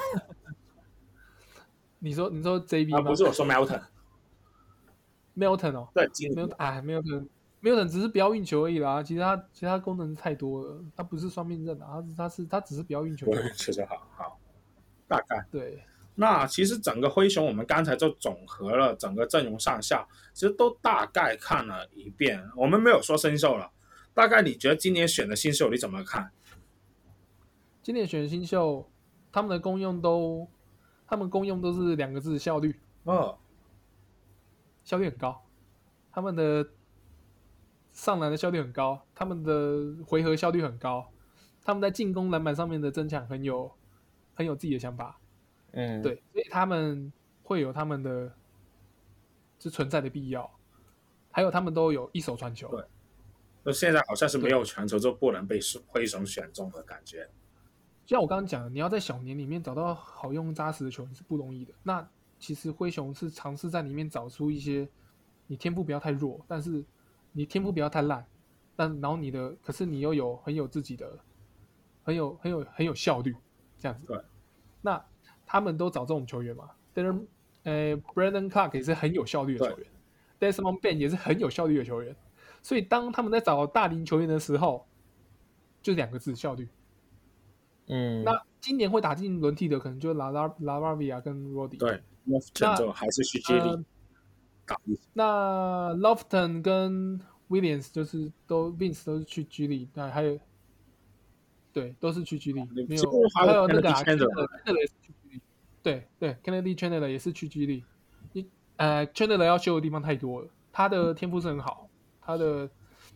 你说 JB 吗？ 不是，我说 Melton 哦， 对 ，Melton 只是不要运球而已啦，其他功能太多了，他不是双面刃啊，他只是不要运球。 对，确实好，大概对。 那其实整个灰熊，我们刚才就总和了整个阵容上下，其实都大概看了一遍。我们没有说新秀了，大概你觉得今年选的新秀你怎么看？ 今年选的新秀，他们功用都是2个字：效率。效率很高，他们的上篮的效率很高，他们的回合效率很高，他们在进攻篮板上面的争抢很有自己的想法。对，所以他们会有他们的就存在的必要，还有他们都有一手传球。 对，就现在好像是没有传球就不能被灰熊选中的感觉。 像我刚刚讲的，你要在小年里面找到好用扎实的球员是不容易的。那其实灰熊是尝试在里面找出一些你天赋不要太弱，但是你天赋不要太烂，然后可是你又很有自己的很有效率这样子。 对， 那他们都找这种球员嘛 Brandon Clark 也是很有效率的球员 Desmond Bane 也是很有效率的球员，所以当他们在找大龄球员的时候，就2个字：效率。那今年会打进轮替的可能就LaRavia 跟 Roddy。 对 ，Lofton 就还是去 G 里搞。 那 Lofton 跟 Williams 就是Vince 都是去 G 里，那还有对，都是去 G 里，没有还有那个 Chandler 也是去 G 里，对 ，Kennedy Chandler 也是去 G 里。Chandler 要修的地方太多了，他的天赋是很好，他的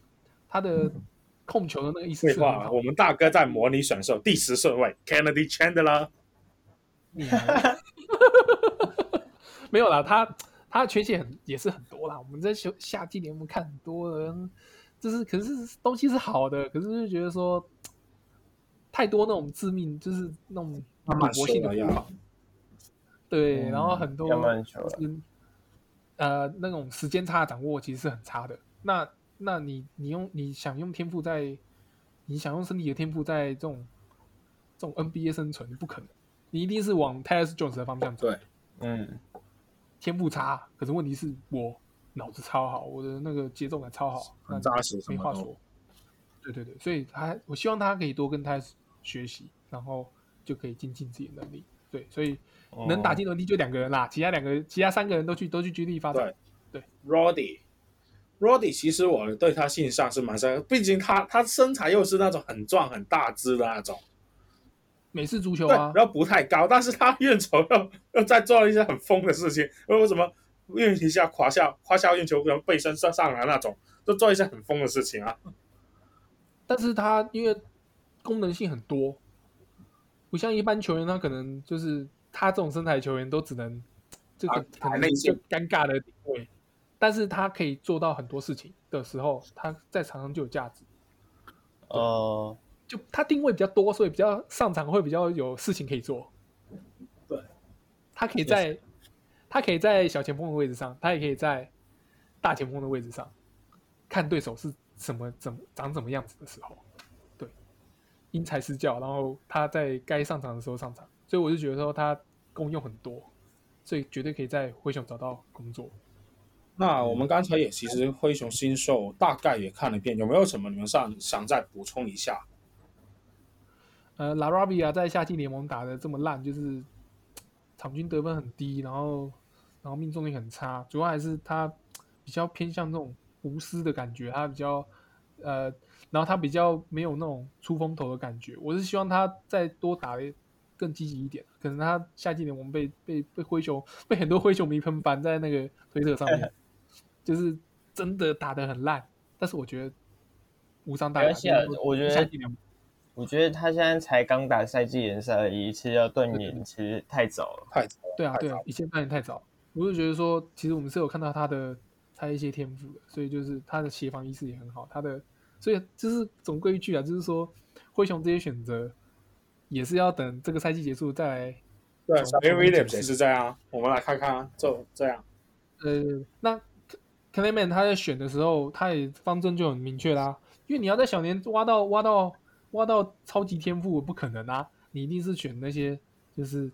控球的那个意思是很好。 我们大哥在模拟选秀第10顺位 Kennedy Chandler 没有啦，他的缺陷也是很多啦。我们在夏季联盟看很多人，可是东西是好的，可是就觉得说太多那种致命，就是那种赌博性的攻防。对，然后很多那种时间差的掌握其实是很差的。那你想用天赋你想用身体的天赋在这种 NBA 生存，不可能，你一定是往 Tyus Jones 的方向走。 对， 天赋差，可是问题是我脑子超好，我的那个节奏感超好， 很扎实， 没话说。对，所以我希望他可以多跟Tyus学习，然后就可以精进自己的能力。对，所以能打进轮替就2个人啦，其他3个人都去G力发展。对 ，Roddy 其实我对他印象是蛮深，毕竟他身材又是那种很壮很大只的那种， 美式足球啊， 然后不太高，但是他运球又在做一些很疯的事情，为什么运一下胯下运球，然后背身上来那种，就做一些很疯的事情啊。 但是他因为功能性很多，不像一般球员，他可能就是他这种身材的球员都只能这个可能就尴尬的定位，但是他可以做到很多事情的时候，他在场上就有价值。就他定位比较多，所以比较上场会比较有事情可以做。 对， 他可以在小前锋的位置上，他也可以在大前锋的位置上，看对手是长怎么样子的时候，对，因材施教，然后他在该上场的时候上场，所以我就觉得说他功用很多，所以绝对可以在灰熊找到工作。 那我们刚才也其实灰熊新秀大概也看了一遍，有没有什么你们想再补充一下 ？LaRavia 在夏季联盟打的这么烂，就是场均得分很低，然后命中率很差，主要还是他比较偏向这种无私的感觉，他比较然后他比较没有那种出风头的感觉。我是希望他再多打的更积极一点，可能他夏季联盟被很多灰熊迷喷翻在那个推特上面，就是真的打得很烂，但是我觉得无伤大雅。 我觉得他现在才刚打赛季联赛而已，其实要断言其实太早了。 对啊，以前断言太早。我就觉得说，其实我们是有看到他一些天赋的，所以就是他的协防意识也很好，所以就是总归一句啊，就是说灰熊这些选择也是要等这个赛季结束再来。 对 ，Williams 也是这样，我们来看看就这样。 那 Clayman 他在选的时候，他也方针就很明确啦，因为你要在小年挖到超级天赋不可能啊，你一定是选那些就是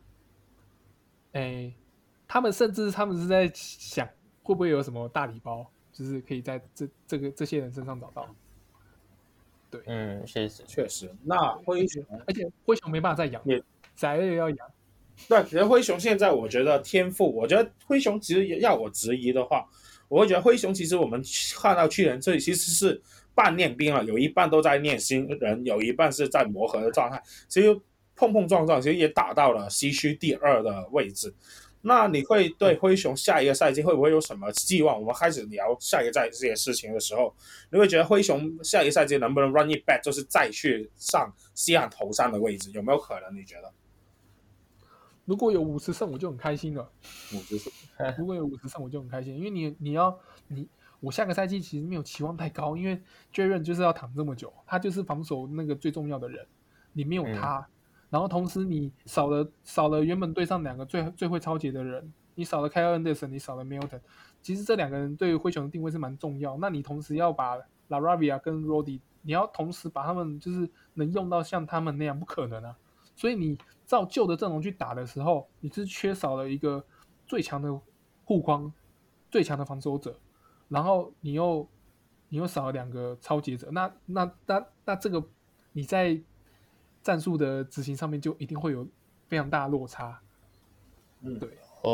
他们甚至是在想会不会有什么大礼包，就是可以在这些人身上找到。对， 确实。那灰熊， 而且灰熊没办法再养，宅也要养。 对，其实灰熊现在我觉得天赋，我觉得灰熊其实要我质疑的话，我会觉得灰熊其实我们看到去年这里其实是半练兵了，有一半都在练新人，有一半是在磨合的状态，其实碰撞，其实也打到了西区第2的位置。 那你会对灰熊下一个赛季会不会有什么寄望？我们开始聊下一个赛季的事情的时候，你会觉得灰熊下一个赛季能不能 run it back， 就是再去上西岸头3的位置，有没有可能？你觉得？ 如果有50胜，我就很开心了。 50胜， 如果有50胜，我就很开心，因为我下个赛季其实没有期望太高，因为 Jaren 就是要躺这么久，他就是防守那个最重要的人，你没有他。然后同时你少了原本队上2个最会抄截的人，你少了 Kyle Anderson， 你少了 Milton， 其实这2个人对灰熊的定位是蛮重要。那你同时要把 LaRavia 跟 Roddy， 你要同时把他们就是能用到像他们那样，不可能啊。所以你照旧的阵容去打的时候，你是缺少了一个最强的护框、最强的防守者，然后你又少了2个抄截者，那这个你在战术的执行上面就一定会有非常大的落差。对，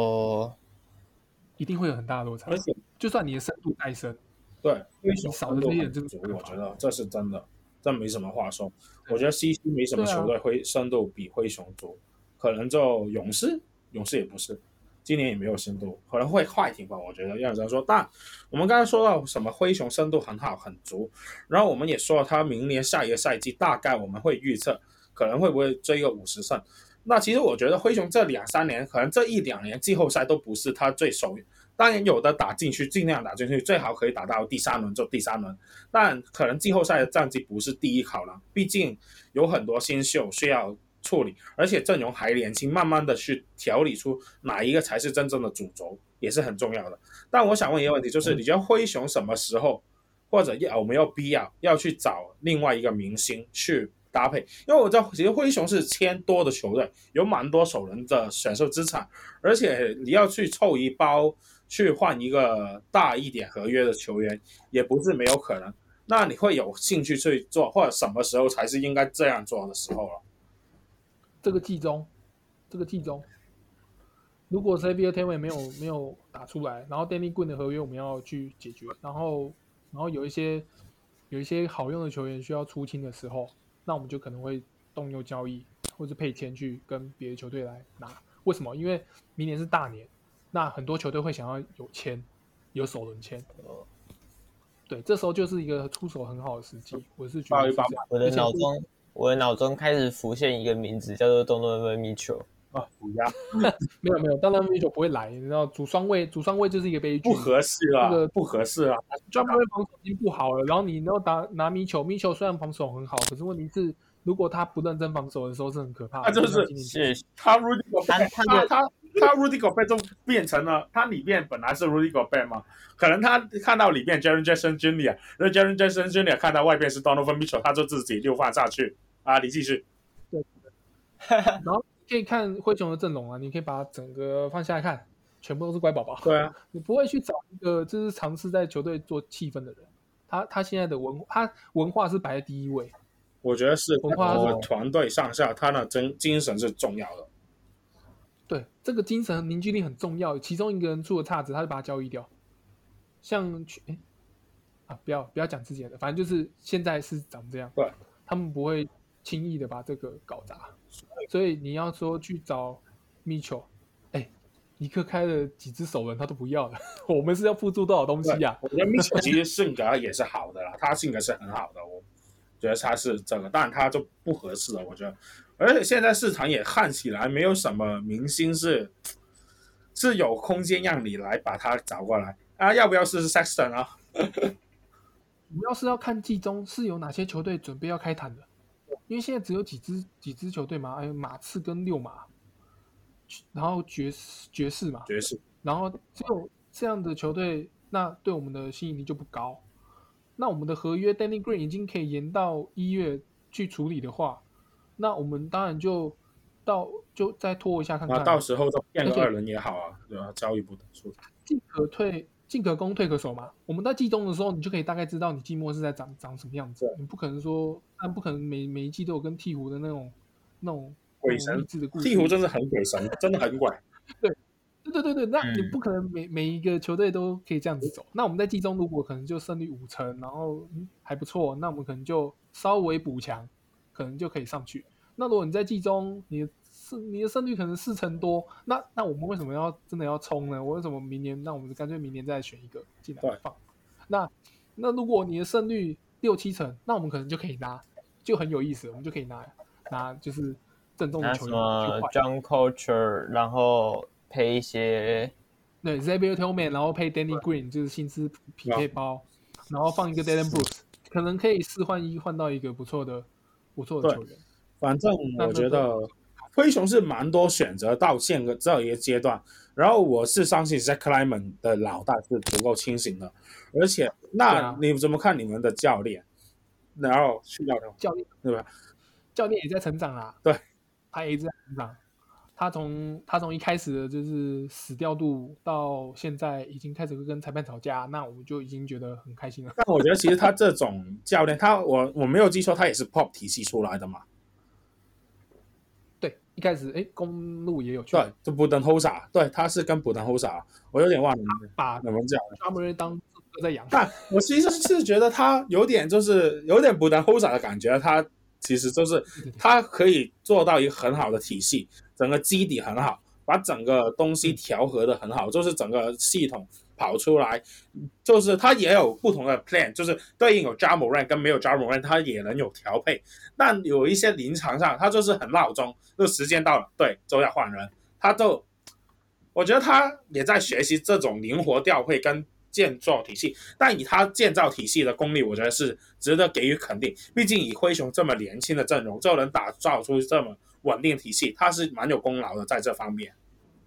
一定会有很大的落差。而且，就算你的深度再深， 对， 你少了这些人， 我觉得这是真的，这没什么话说。我觉得西区没什么球队深度比灰熊足，可能就勇士也不是，今年也没有深度，可能会快艇吧。我觉得要这样说。但我们刚才说到什么灰熊深度很好很足，然后我们也说了他明年下一个赛季大概我们会预测可能会不会追个50胜。那其实我觉得灰熊这2-3年，可能这1-2年季后赛都不是他最首选。当然有的打进去，尽量打进去，最好可以打到第3轮就第3轮。但可能季后赛的战绩不是第一考量，毕竟有很多新秀需要处理，而且阵容还年轻，慢慢的去调理出哪一个才是真正的主轴，也是很重要的。但我想问一个问题，就是你觉得灰熊什么时候，或者有没有必要去找另外一个明星去搭配？因为我知道其实灰熊是签多的球队，有蛮多首轮的选秀资产，而且你要去凑一包去换一个大一点合约的球员，也不是没有可能。那你会有兴趣去做，或者什么时候才是应该这样做的时候了？ 这个季中，如果 Xavier Tillman 没有打出来，然后 Danny Green 的合约我们要去解决，然后有一些好用的球员需要出清的时候，那我们就可能会动用交易或者配签去跟别的球队来拿。为什么？因为明年是大年，那很多球队会想要有首轮签。对，这时候就是一个出手很好的时机。我是觉得是我的脑中开始浮现一个名字，叫做Donovan Mitchell。 不要， 没有Donovan Mitchell不会来，你知道，主双位就是一个悲剧， 不合适啊，不合适啊。 专门防守已经不好了，然后你要拿Mitchell虽然防守很好，可是问题是，如果他不认真防守的时候是很可怕的。 他就是他 Rudy Gobert，他 Rudy Gobert 就变成了他里面本来是 Rudy Gobert 嘛，可能他看到里面 Jaren Jackson Jr.， 然后 Jaren Jackson Jr. 看到外边是 Donovan Mitchell， 他就自己溜放下去啊。你继续。 对，然后可以看灰熊的阵容啊，你可以把整个放下来看，全部都是乖宝宝。 对啊， 你不会去找一个就是尝试在球队做气氛的人。他现在的文化是摆在第一位。 我觉得是文化团队上下，他的精神是重要的。 对，这个精神凝聚力很重要。其中一个人出了岔子，他就把他交易掉。像不要讲之前的，反正就是现在是长这样。 对， 他们不会轻易的把这个搞砸。所以你要说去找 Mitchell， 尼克开了几只首轮他都不要了，我们是要付出多少东西啊？ 我觉得 Mitchell 其实性格也是好的啦，他性格是很好的，我觉得他是这个，当然他就不合适了，我觉得。而且现在市场也看起来没有什么明星是有空间让你来把他找过来啊？要不要试试 Sexton 啊？ 主要是要看季中是有哪些球队准备要开坛的，因为现在只有几支球队嘛，还有马刺跟六马，然后爵士嘛，然后只有这样的球队，那对我们的吸引力就不高。那我们的合约 Danny Green 已经可以延到1月去处理的话，那我们当然就再拖一下看看。 到时候就变个2轮也好啊，对吧？交易不等出， 进可攻退可守嘛。我们在季中的时候，你就可以大概知道你季末是在长什么样子。你不可能说，不可能每一季都有跟鹈鹕的那种鬼神的故事。 鹈鹕真是很鬼神，真的很鬼。 对，那你不可能每一个球队都可以这样子走。那我们在季中如果可能就胜率5成，然后还不错，那我们可能就稍微补强，可能就可以上去。那如果你在季中你你的胜率可能40%多，那我们为什么真的要冲呢？我为什么明年？那我们干脆明年再选一个进来放。那如果你的胜率6-7成，那我们可能就可以拿，就很有意思，我们就可以拿就是正宗的球员去换 John Culture， 然后配一些对 Xavier Tillman， 然后配 Danny Green， 就是薪资匹配包，然后放一个 Dylan Brooks， 可能可以4换1换到一个不错的球员。 反正我觉得灰熊是蛮多选择到这一个阶段，然后我是相信 Zach Kleiman 的脑袋是足够清醒的，而且那你怎么看你们的教练？然后去教练对吧？ 教练也在成长啦， 对， 他也一直在成长。他从一开始的就是死调度到现在已经开始跟裁判吵架，那我们就已经觉得很开心了。 但我觉得其实他这种教练，我没有记错，他也是 Pop 体系出来的嘛。 对，一开始公路也有去。 对，就布登侯萨，对，他是跟布登侯萨，我有点忘了把你们讲他们当在养。 但我其实是觉得他有点布登侯萨的感觉，他其实就是他可以做到一个很好的体系，整个基底很好，把整个东西调和的很好，就是整个系统跑出来，就是他也有不同的 plan， 就是对应有 Ja Morant 跟没有 Ja Morant， 他也能有调配。但有一些临场上，他就是很闹钟，就时间到了，对，就要换人。我觉得他也在学习这种灵活调配跟建造体系，但以他建造体系的功力，我觉得是值得给予肯定。毕竟以灰熊这么年轻的阵容，就能打造出这么稳定体系，他是蛮有功劳的在这方面。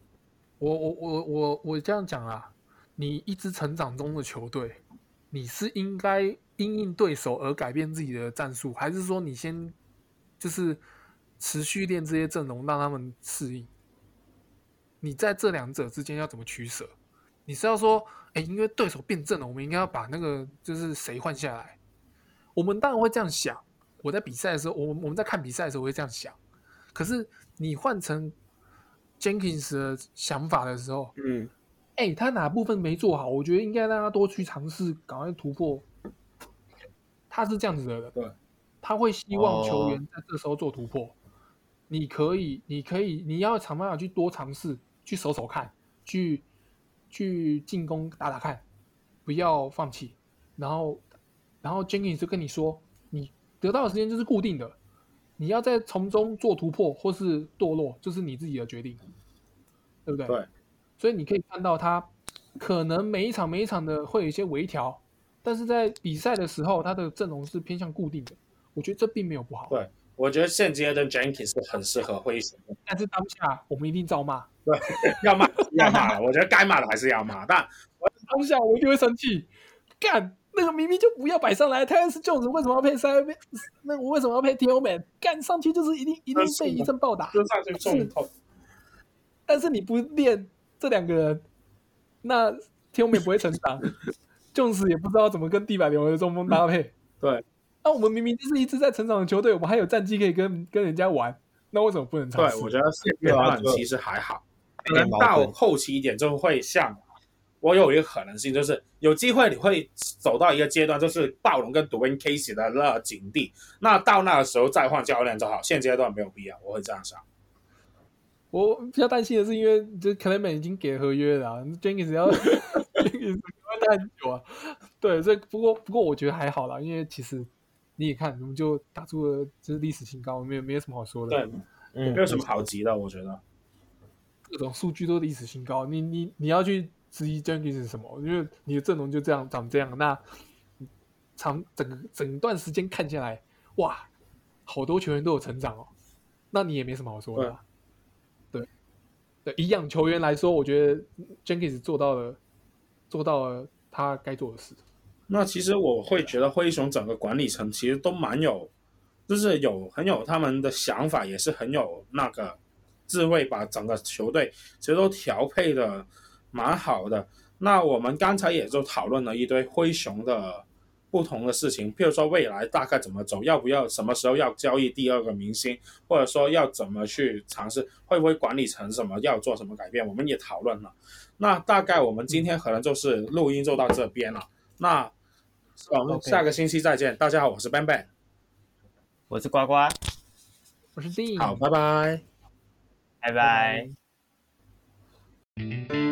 我这样讲啦，你一支成长中的球队，你是应该因应对手而改变自己的战术，还是说你先就是持续练这些阵容，让他们适应？你在这两者之间要怎么取舍？你是要说，因为对手变阵了，我们应该要把那个就是谁换下来？我们当然会这样想。我在比赛的时候，我们在看比赛的时候会这样想。可是你换成 Jenkins 的想法的时候，他哪部分没做好？我觉得应该让他多去尝试，赶快突破。他是这样子的人， 对， 他会希望球员在这时候做突破。你可以，你要想办法去多尝试，去守看，去进攻打看，不要放弃。然后 Jenkins 就跟你说，你得到的时间就是固定的，你要在从中做突破或是堕落，就是你自己的决定，对不对？ 对。 所以你可以看到他可能每一场的会有一些微调，但是在比赛的时候，他的阵容是偏向固定的。我觉得这并没有不好。 对，我觉得现阶段 Jenkins 是很适合灰熊， 但是当下我们一定照骂。 对，要骂了，我觉得该骂的还是要骂，但当下我一定会生气，干那个明明就不要摆上来，他要是 Jones 为什么要配那我为什么要配 Tillman？ 干上去就是一定被一阵暴打， 就上去重痛。 但是你不练这两个人，那 Tillman 不会成长，Jones 也不知道怎么跟地板流的中锋搭配。 对， 那我们明明就是一支在成长的球队，我们还有战绩可以跟人家玩，那为什么不能尝试？ 对，我觉得现阶段其实还好，可能到后期一点就会像我有一个可能性，就是有机会你会走到一个阶段，就是暴龙跟 Dwayne Casey 的那个境地，那到那个时候再换教练就好，现阶段没有必要，我会这样想。 我比较担心的是，因为这 Kleiman 已经给合约了，Jenkins 要Jenkins 会待很久啊。对，所以不过我觉得还好啦，因为其实你也看，我们就打出了就是历史新高，没有什么好说的。 对，没有什么好急的，我觉得各种数据都历史新高，你要去质疑 Jenkins 是什么？因为你的阵容就这样长这样，那整段时间看下来，哇，好多球员都有成长哦，那你也没什么好说的。对，以养球员来说，我觉得 Jenkins 做到了他该做的事。 那其实我会觉得灰熊整个管理层其实都蛮有，就是很有他们的想法，也是很有那个智慧，把整个球队其实都调配的蛮好的。那我们刚才也就讨论了一堆灰熊的不同的事情，譬如说未来大概怎么走，要不要什么时候要交易第二个明星，或者说要怎么去尝试，会不会管理层什么要做什么改变，我们也讨论了。那大概我们今天可能就是录音就到这边了。那我们下个星期再见。大家好，我是 Ben Ben， 我是呱呱， 我是 Dean， 好，拜拜。 拜拜。